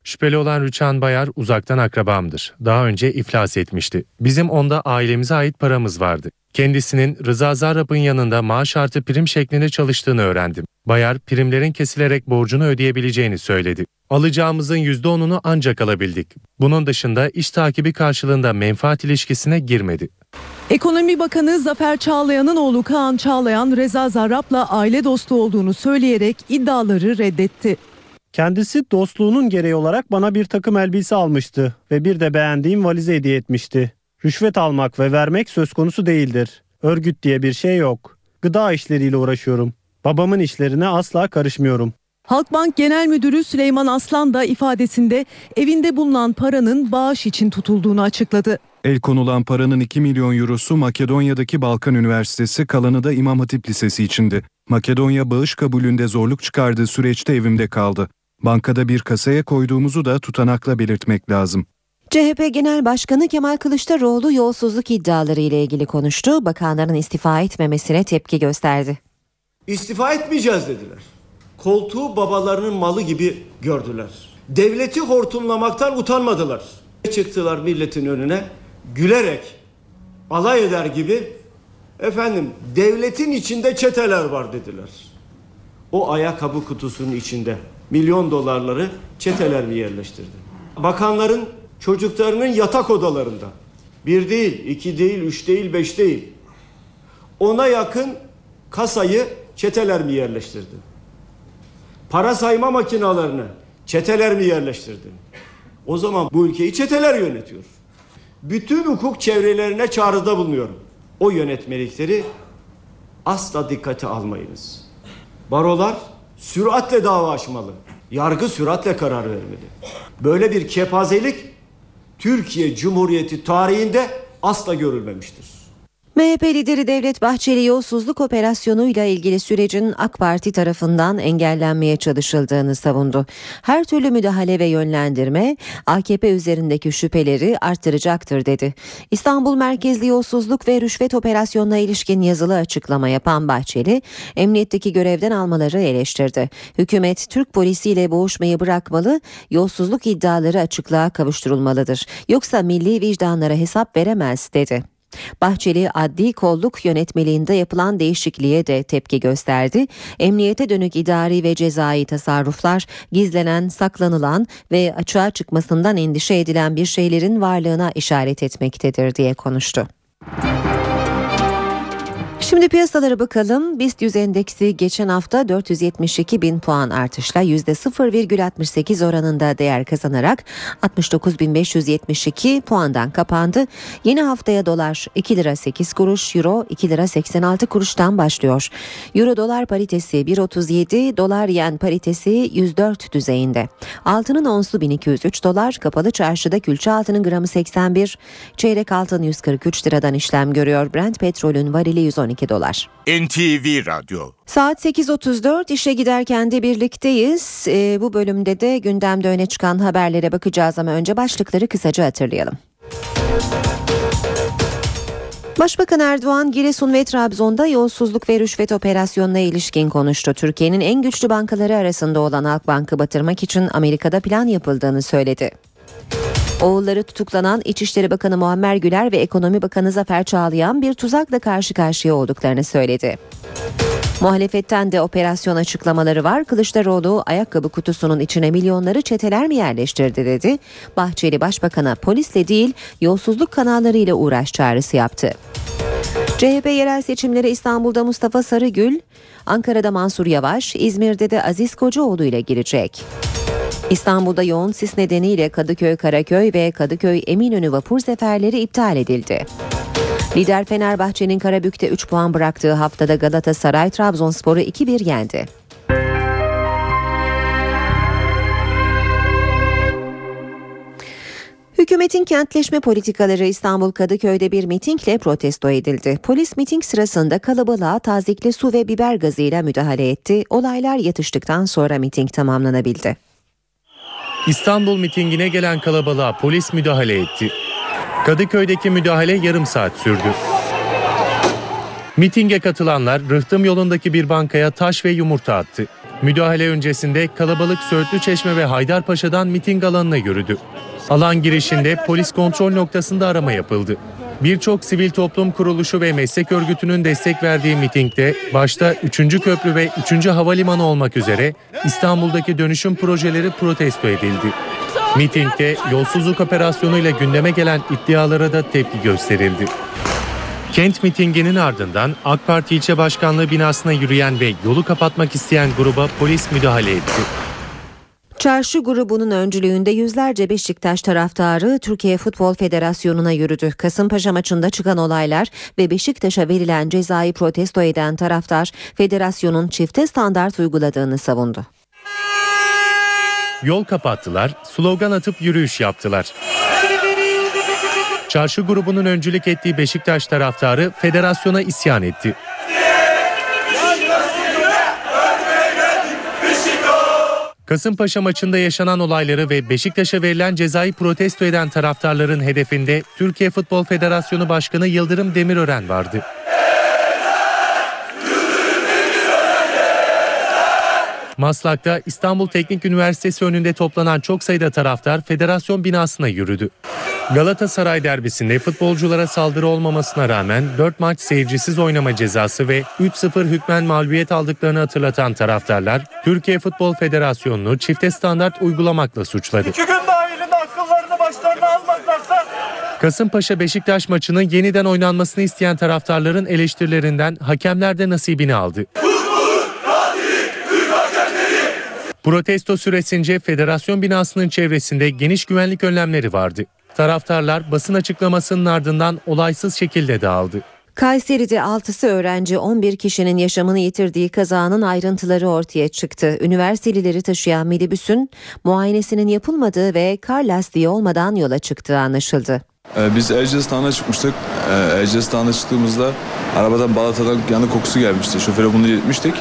Şüpheli olan Rüçhan Bayar uzaktan akrabamdır. Daha önce iflas etmişti. Bizim onda ailemize ait paramız vardı. Kendisinin Rıza Zarrab'ın yanında maaş artı prim şeklinde çalıştığını öğrendim. Bayar primlerin kesilerek borcunu ödeyebileceğini söyledi. Alacağımızın yüzde onunu ancak alabildik. Bunun dışında iş takibi karşılığında menfaat ilişkisine girmedi. Ekonomi Bakanı Zafer Çağlayan'ın oğlu Kaan Çağlayan, Reza Zarrab'la aile dostu olduğunu söyleyerek iddiaları reddetti. Kendisi dostluğunun gereği olarak bana bir takım elbise almıştı ve bir de beğendiğim valizi hediye etmişti. Rüşvet almak ve vermek söz konusu değildir. Örgüt diye bir şey yok. Gıda işleriyle uğraşıyorum. Babamın işlerine asla karışmıyorum. Halkbank Genel Müdürü Süleyman Aslan da ifadesinde evinde bulunan paranın bağış için tutulduğunu açıkladı. El konulan paranın iki milyon eurosu Makedonya'daki Balkan Üniversitesi, kalanı da İmam Hatip Lisesi içindi. Makedonya bağış kabulünde zorluk çıkardığı süreçte evimde kaldı. Bankada bir kasaya koyduğumuzu da tutanakla belirtmek lazım. C H P Genel Başkanı Kemal Kılıçdaroğlu yolsuzluk iddiaları ile ilgili konuştu. Bakanların istifa etmemesine tepki gösterdi. İstifa etmeyeceğiz dediler. Koltuğu babalarının malı gibi gördüler. Devleti hortumlamaktan utanmadılar. Çıktılar milletin önüne gülerek, alay eder gibi, efendim devletin içinde çeteler var dediler. O ayakkabı kutusunun içinde milyon dolarları çeteler mi yerleştirdi? Bakanların çocuklarının yatak odalarında bir değil, iki değil, üç değil, beş değil, ona yakın kasayı çeteler mi yerleştirdi? Para sayma makinalarını çeteler mi yerleştirdi? O zaman bu ülkeyi çeteler yönetiyor. Bütün hukuk çevrelerine çağrıda bulunuyorum. O yönetmelikleri asla dikkate almayınız. Barolar süratle dava açmalı. Yargı süratle karar vermeli. Böyle bir kepazelik Türkiye Cumhuriyeti tarihinde asla görülmemiştir. M H P lideri Devlet Bahçeli yolsuzluk operasyonuyla ilgili sürecin AK Parti tarafından engellenmeye çalışıldığını savundu. Her türlü müdahale ve yönlendirme A K P üzerindeki şüpheleri arttıracaktır dedi. İstanbul merkezli yolsuzluk ve rüşvet operasyonuna ilişkin yazılı açıklama yapan Bahçeli, emniyetteki görevden almaları eleştirdi. Hükümet Türk polisiyle boğuşmayı bırakmalı, yolsuzluk iddiaları açıklığa kavuşturulmalıdır. Yoksa milli vicdanlara hesap veremez dedi. Bahçeli adli kolluk yönetmeliğinde yapılan değişikliğe de tepki gösterdi. Emniyete dönük idari ve cezai tasarruflar gizlenen, saklanılan ve açığa çıkmasından endişe edilen bir şeylerin varlığına işaret etmektedir diye konuştu. Şimdi piyasalara bakalım. BIST yüz endeksi geçen hafta dört yüz yetmiş iki bin puan artışla yüzde sıfır virgül altmış sekiz oranında değer kazanarak altmış dokuz bin beş yüz yetmiş iki puandan kapandı. Yeni haftaya dolar iki lira sekiz kuruş, euro iki lira seksen altı kuruştan başlıyor. Euro dolar paritesi bir virgül otuz yedi, dolar yen paritesi yüz dört düzeyinde. Altının onsu bin iki yüz üç dolar, kapalı çarşıda külçe altının gramı seksen bir, çeyrek altın yüz kırk üç liradan işlem görüyor. Brent petrolün varili yüz on iki dolar. N T V Radyo. Saat sekiz otuz dört, işe giderken de birlikteyiz. Ee, bu bölümde de gündemde öne çıkan haberlere bakacağız ama önce başlıkları kısaca hatırlayalım. Başbakan Erdoğan, Giresun ve Trabzon'da yolsuzluk ve rüşvet operasyonuna ilişkin konuştu. Türkiye'nin en güçlü bankaları arasında olan Halkbank'ı batırmak için Amerika'da plan yapıldığını söyledi. Oğulları tutuklanan İçişleri Bakanı Muammer Güler ve Ekonomi Bakanı Zafer Çağlayan bir tuzakla karşı karşıya olduklarını söyledi. Muhalefetten de operasyon açıklamaları var. Kılıçdaroğlu ayakkabı kutusunun içine milyonları çeteler mi yerleştirdi dedi. Bahçeli Başbakan'a polisle değil yolsuzluk kanallarıyla uğraş çağrısı yaptı. C H P yerel seçimlere İstanbul'da Mustafa Sarıgül, Ankara'da Mansur Yavaş, İzmir'de de Aziz Kocaoğlu ile girecek. İstanbul'da yoğun sis nedeniyle Kadıköy Karaköy ve Kadıköy Eminönü vapur seferleri iptal edildi. Lider Fenerbahçe'nin Karabük'te üç puan bıraktığı haftada Galatasaray Trabzonspor'u iki bir yendi. Hükümetin kentleşme politikaları İstanbul Kadıköy'de bir mitingle protesto edildi. Polis miting sırasında kalabalığa tazikli su ve biber gazıyla müdahale etti. Olaylar yatıştıktan sonra miting tamamlanabildi. İstanbul mitingine gelen kalabalığa polis müdahale etti. Kadıköy'deki müdahale yarım saat sürdü. Mitinge katılanlar Rıhtım yolundaki bir bankaya taş ve yumurta attı. Müdahale öncesinde kalabalık Söğütlüçeşme ve Haydarpaşa'dan miting alanına yürüdü. Alan girişinde polis kontrol noktasında arama yapıldı. Birçok sivil toplum kuruluşu ve meslek örgütünün destek verdiği mitingde başta üçüncü köprü ve üçüncü havalimanı olmak üzere İstanbul'daki dönüşüm projeleri protesto edildi. Mitingde yolsuzluk operasyonuyla gündeme gelen iddialara da tepki gösterildi. Kent mitinginin ardından AK Parti ilçe başkanlığı binasına yürüyen ve yolu kapatmak isteyen gruba polis müdahale etti. Çarşı grubunun öncülüğünde yüzlerce Beşiktaş taraftarı Türkiye Futbol Federasyonu'na yürüdü. Kasımpaşa maçında çıkan olaylar ve Beşiktaş'a verilen cezayı protesto eden taraftar, federasyonun çifte standart uyguladığını savundu. Yol kapattılar, slogan atıp yürüyüş yaptılar. Çarşı grubunun öncülük ettiği Beşiktaş taraftarı federasyona isyan etti. Kasımpaşa maçında yaşanan olayları ve Beşiktaş'a verilen cezayı protesto eden taraftarların hedefinde Türkiye Futbol Federasyonu Başkanı Yıldırım Demirören vardı. Maslak'ta İstanbul Teknik Üniversitesi önünde toplanan çok sayıda taraftar federasyon binasına yürüdü. Galatasaray derbisinde futbolculara saldırı olmamasına rağmen dört maç seyircisiz oynama cezası ve üç sıfır hükmen mağlubiyet aldıklarını hatırlatan taraftarlar, Türkiye Futbol Federasyonu'nu çifte standart uygulamakla suçladı. İki gün dahilinde akıllarını başlarına almazlarsa... Kasımpaşa Beşiktaş maçının yeniden oynanmasını isteyen taraftarların eleştirilerinden hakemler de nasibini aldı. Protesto süresince federasyon binasının çevresinde geniş güvenlik önlemleri vardı. Taraftarlar basın açıklamasının ardından olaysız şekilde dağıldı. Kayseri'de altısı öğrenci, on bir kişinin yaşamını yitirdiği kazanın ayrıntıları ortaya çıktı. Üniversitelileri taşıyan minibüsün muayenesinin yapılmadığı ve kar lastiği olmadan yola çıktığı anlaşıldı. Biz Erciyes'ten çıkmıştık. Erciyes'ten çıktığımızda arabadan balatadan yanık kokusu gelmişti. Şoföre bunu iletmiştik.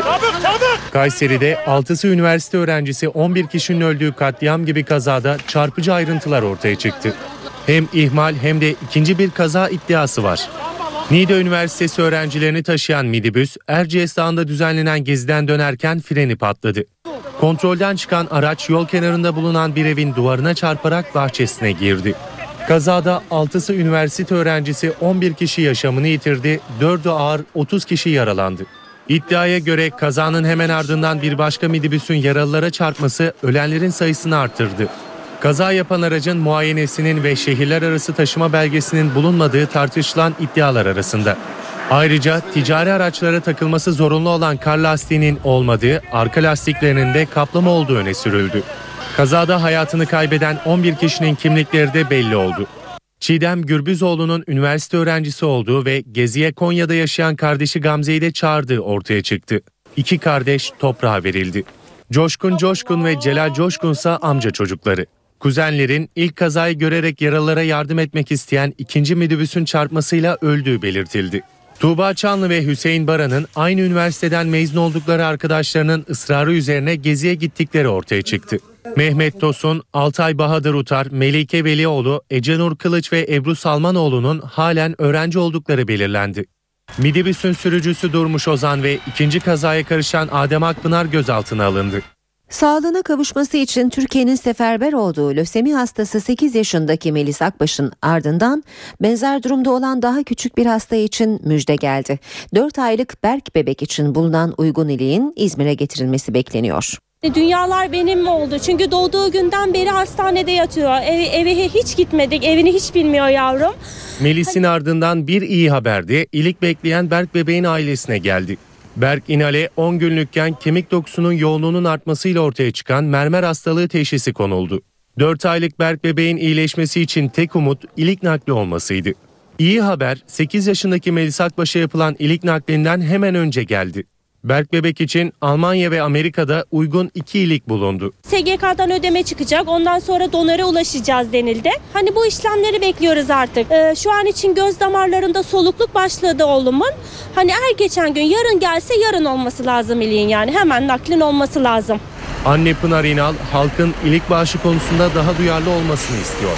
Kayseri'de altısı üniversite öğrencisi, on bir kişinin öldüğü katliam gibi kazada çarpıcı ayrıntılar ortaya çıktı. Hem ihmal hem de ikinci bir kaza iddiası var. Niğde Üniversitesi öğrencilerini taşıyan minibüs Erciyes Dağı'nda düzenlenen geziden dönerken freni patladı. Kontrolden çıkan araç yol kenarında bulunan bir evin duvarına çarparak bahçesine girdi. Kazada altısı üniversite öğrencisi, on bir kişi yaşamını yitirdi, dördü ağır, otuz kişi yaralandı. İddiaya göre kazanın hemen ardından bir başka minibüsün yaralılara çarpması ölenlerin sayısını arttırdı. Kaza yapan aracın muayenesinin ve şehirler arası taşıma belgesinin bulunmadığı tartışılan iddialar arasında. Ayrıca ticari araçlara takılması zorunlu olan kar lastiğinin olmadığı, arka lastiklerinin de kaplama olduğu öne sürüldü. Kazada hayatını kaybeden on bir kişinin kimlikleri de belli oldu. Çiğdem Gürbüzoğlu'nun üniversite öğrencisi olduğu ve geziye Konya'da yaşayan kardeşi Gamze'yi de çağırdığı ortaya çıktı. İki kardeş toprağa verildi. Coşkun Coşkun ve Celal Coşkunsa amca çocukları. Kuzenlerin ilk kazayı görerek yaralılara yardım etmek isteyen ikinci minibüsün çarpmasıyla öldüğü belirtildi. Tuğba Çanlı ve Hüseyin Baran'ın aynı üniversiteden mezun oldukları arkadaşlarının ısrarı üzerine geziye gittikleri ortaya çıktı. Mehmet Tosun, Altay Bahadır Utar, Melike Velioğlu, Ecenur Kılıç ve Ebru Salmanoğlu'nun halen öğrenci oldukları belirlendi. Minibüsün sürücüsü Durmuş Ozan ve ikinci kazaya karışan Adem Akpınar gözaltına alındı. Sağlığına kavuşması için Türkiye'nin seferber olduğu lösemi hastası sekiz yaşındaki Melis Akbaş'ın ardından benzer durumda olan daha küçük bir hasta için müjde geldi. dört aylık Berk bebek için bulunan uygun iliğin İzmir'e getirilmesi bekleniyor. Dünyalar benim mi oldu? Çünkü doğduğu günden beri hastanede yatıyor. Eve, eve hiç gitmedik. Evini hiç bilmiyor yavrum. Melis'in ardından bir iyi haber de ilik bekleyen Berk bebeğin ailesine geldi. Berk İnal'e on günlükken kemik dokusunun yoğunluğunun artmasıyla ortaya çıkan mermer hastalığı teşhisi konuldu. dört aylık Berk bebeğin iyileşmesi için tek umut ilik nakli olmasıydı. İyi haber sekiz yaşındaki Melis Akbaş'a yapılan ilik naklinden hemen önce geldi. Berk bebek için Almanya ve Amerika'da uygun iki ilik bulundu. S G K'dan ödeme çıkacak, ondan sonra donöre ulaşacağız denildi. Hani bu işlemleri bekliyoruz artık. Ee, şu an için göz damarlarında solukluk başladı oğlumun. Hani her geçen gün yarın gelse yarın olması lazım iliğin, yani hemen naklin olması lazım. Anne Pınar İnal halkın ilik bağışı konusunda daha duyarlı olmasını istiyor.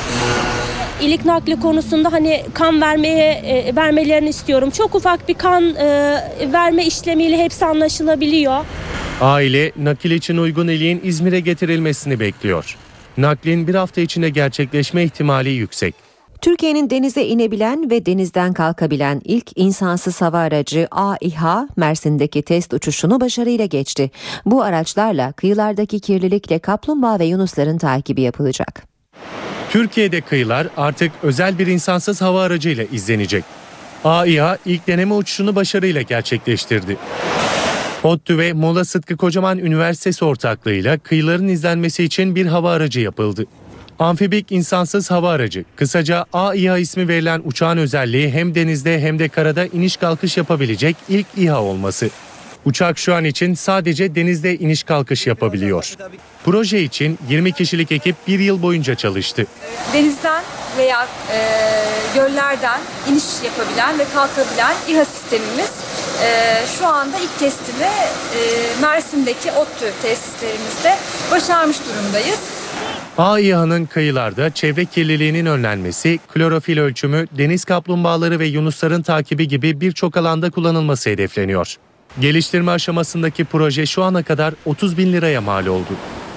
İlik nakli konusunda hani kan vermeye e, vermelerini istiyorum. Çok ufak bir kan e, verme işlemiyle hepsi anlaşılabiliyor. Aile nakil için uygun iliğin İzmir'e getirilmesini bekliyor. Naklin bir hafta içinde gerçekleşme ihtimali yüksek. Türkiye'nin denize inebilen ve denizden kalkabilen ilk insansız hava aracı A İ H, Mersin'deki test uçuşunu başarıyla geçti. Bu araçlarla kıyılardaki kirlilikle kaplumbağa ve yunusların takibi yapılacak. Türkiye'de kıyılar artık özel bir insansız hava aracıyla izlenecek. A İ H ilk deneme uçuşunu başarıyla gerçekleştirdi. ODTÜ ve Muğla Sıtkı Kocaman Üniversitesi ortaklığıyla kıyıların izlenmesi için bir hava aracı yapıldı. Amfibik insansız hava aracı, kısaca A İ H ismi verilen uçağın özelliği hem denizde hem de karada iniş kalkış yapabilecek ilk İ H A olması. Uçak şu an için sadece denizde iniş kalkış yapabiliyor. Proje için yirmi kişilik ekip bir yıl boyunca çalıştı. Denizden veya e, göllerden iniş yapabilen ve kalkabilen İ H A sistemimiz e, şu anda ilk testini e, Mersin'deki ODTÜ tesislerimizde başarmış durumdayız. A İ H'nın kıyılarda çevre kirliliğinin önlenmesi, klorofil ölçümü, deniz kaplumbağaları ve yunusların takibi gibi birçok alanda kullanılması hedefleniyor. Geliştirme aşamasındaki proje şu ana kadar otuz bin liraya mal oldu.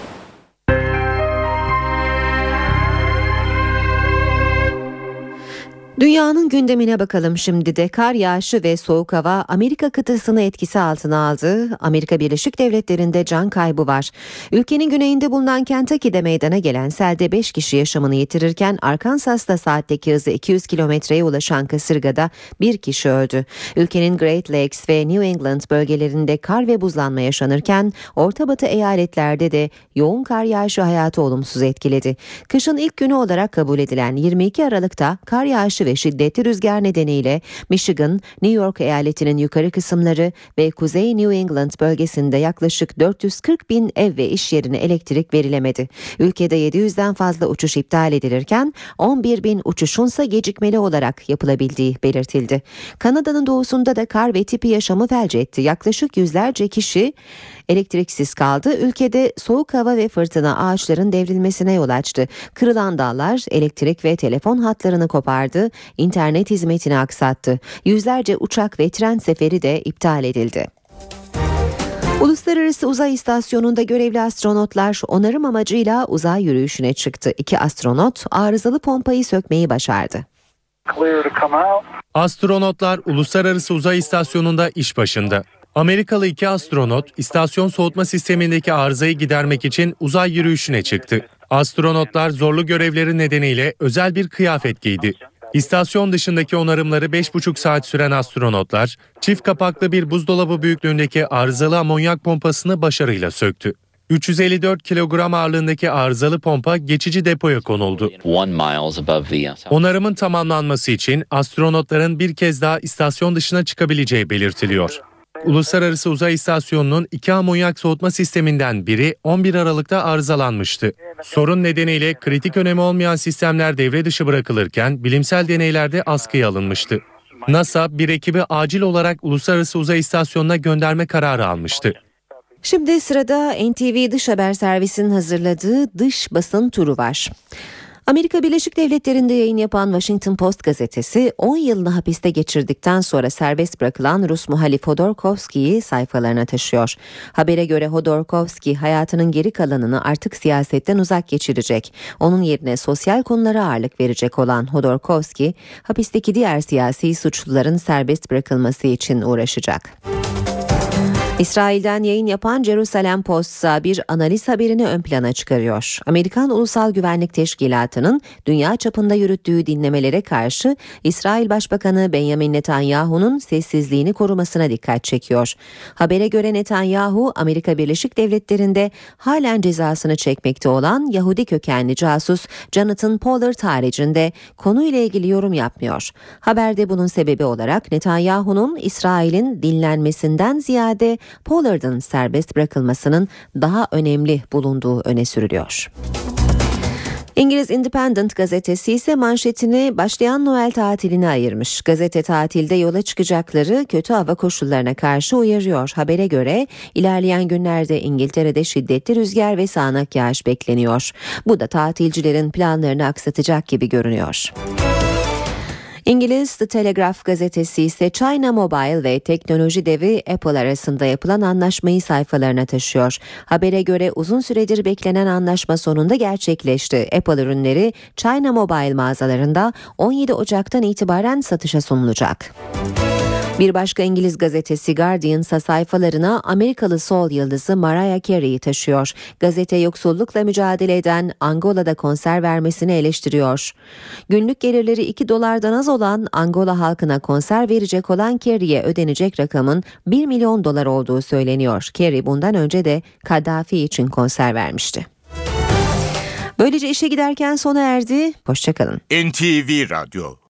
Dünyanın gündemine bakalım şimdi de. Kar yağışı ve soğuk hava Amerika kıtasını etkisi altına aldı. Amerika Birleşik Devletleri'nde can kaybı var. Ülkenin güneyinde bulunan Kentucky'de meydana gelen selde beş kişi yaşamını yitirirken Arkansas'ta saatteki hızı iki yüz kilometreye ulaşan kasırgada bir kişi öldü. Ülkenin Great Lakes ve New England bölgelerinde kar ve buzlanma yaşanırken Orta Batı eyaletlerde de yoğun kar yağışı hayatı olumsuz etkiledi. Kışın ilk günü olarak kabul edilen yirmi iki Aralık'ta kar yağışı ve şiddetli rüzgar nedeniyle Michigan, New York eyaletinin yukarı kısımları ve Kuzey New England bölgesinde yaklaşık dört yüz kırk bin ev ve iş yerine elektrik verilemedi. Ülkede yedi yüzden fazla uçuş iptal edilirken on bir bin uçuşunsa gecikmeli olarak yapılabildiği belirtildi. Kanada'nın doğusunda da kar ve tipi yaşamı felç etti. Yaklaşık yüzlerce kişi elektriksiz kaldı. Ülkede soğuk hava ve fırtına ağaçların devrilmesine yol açtı. Kırılan dallar elektrik ve telefon hatlarını kopardı, internet hizmetini aksattı. Yüzlerce uçak ve tren seferi de iptal edildi. Uluslararası Uzay İstasyonu'nda görevli astronotlar onarım amacıyla uzay yürüyüşüne çıktı. İki astronot arızalı pompayı sökmeyi başardı. Astronotlar Uluslararası Uzay İstasyonu'nda iş başında. Amerikalı iki astronot istasyon soğutma sistemindeki arızayı gidermek için uzay yürüyüşüne çıktı. Astronotlar zorlu görevleri nedeniyle özel bir kıyafet giydi. İstasyon dışındaki onarımları beş buçuk saat süren astronotlar çift kapaklı bir buzdolabı büyüklüğündeki arızalı amonyak pompasını başarıyla söktü. üç yüz elli dört kilogram ağırlığındaki arızalı pompa geçici depoya konuldu. Onarımın tamamlanması için astronotların bir kez daha istasyon dışına çıkabileceği belirtiliyor. Uluslararası Uzay İstasyonu'nun iki amonyak soğutma sisteminden biri on bir Aralık'ta arızalanmıştı. Sorun nedeniyle kritik önemi olmayan sistemler devre dışı bırakılırken bilimsel deneylerde askıya alınmıştı. NASA bir ekibi acil olarak Uluslararası Uzay İstasyonu'na gönderme kararı almıştı. Şimdi sırada N T V Dış Haber Servisi'nin hazırladığı dış basın turu var. Amerika Birleşik Devletleri'nde yayın yapan Washington Post gazetesi on yılını hapiste geçirdikten sonra serbest bırakılan Rus muhalif Hodorkovski'yi sayfalarına taşıyor. Habere göre Hodorkovski hayatının geri kalanını artık siyasetten uzak geçirecek. Onun yerine sosyal konulara ağırlık verecek olan Hodorkovski, hapisteki diğer siyasi suçluların serbest bırakılması için uğraşacak. İsrail'den yayın yapan Jerusalem Post bir analiz haberini ön plana çıkarıyor. Amerikan Ulusal Güvenlik Teşkilatı'nın dünya çapında yürüttüğü dinlemelere karşı İsrail Başbakanı Benjamin Netanyahu'nun sessizliğini korumasına dikkat çekiyor. Habere göre Netanyahu, Amerika Birleşik Devletleri'nde halen cezasını çekmekte olan Yahudi kökenli casus Jonathan Pollard haricinde konuyla ilgili yorum yapmıyor. Haberde bunun sebebi olarak Netanyahu'nun İsrail'in dinlenmesinden ziyade Pollard'ın serbest bırakılmasının daha önemli bulunduğu öne sürülüyor. İngiliz Independent gazetesi ise manşetini başlayan Noel tatiline ayırmış. Gazete tatilde yola çıkacakları kötü hava koşullarına karşı uyarıyor. Habere göre ilerleyen günlerde İngiltere'de şiddetli rüzgar ve sağanak yağış bekleniyor. Bu da tatilcilerin planlarını aksatacak gibi görünüyor. İngiliz The Telegraph gazetesi ise China Mobile ve teknoloji devi Apple arasında yapılan anlaşmayı sayfalarına taşıyor. Habere göre uzun süredir beklenen anlaşma sonunda gerçekleşti. Apple ürünleri China Mobile mağazalarında on yedi Ocak'tan itibaren satışa sunulacak. Bir başka İngiliz gazetesi Guardian ise sayfalarına Amerikalı sol yıldızı Mariah Carey'i taşıyor. Gazete yoksullukla mücadele eden Angola'da konser vermesini eleştiriyor. Günlük gelirleri iki dolardan az olan Angola halkına konser verecek olan Carey'e ödenecek rakamın bir milyon dolar olduğu söyleniyor. Carey bundan önce de Kaddafi için konser vermişti. Böylece işe giderken sona erdi. Hoşçakalın. N T V Radyo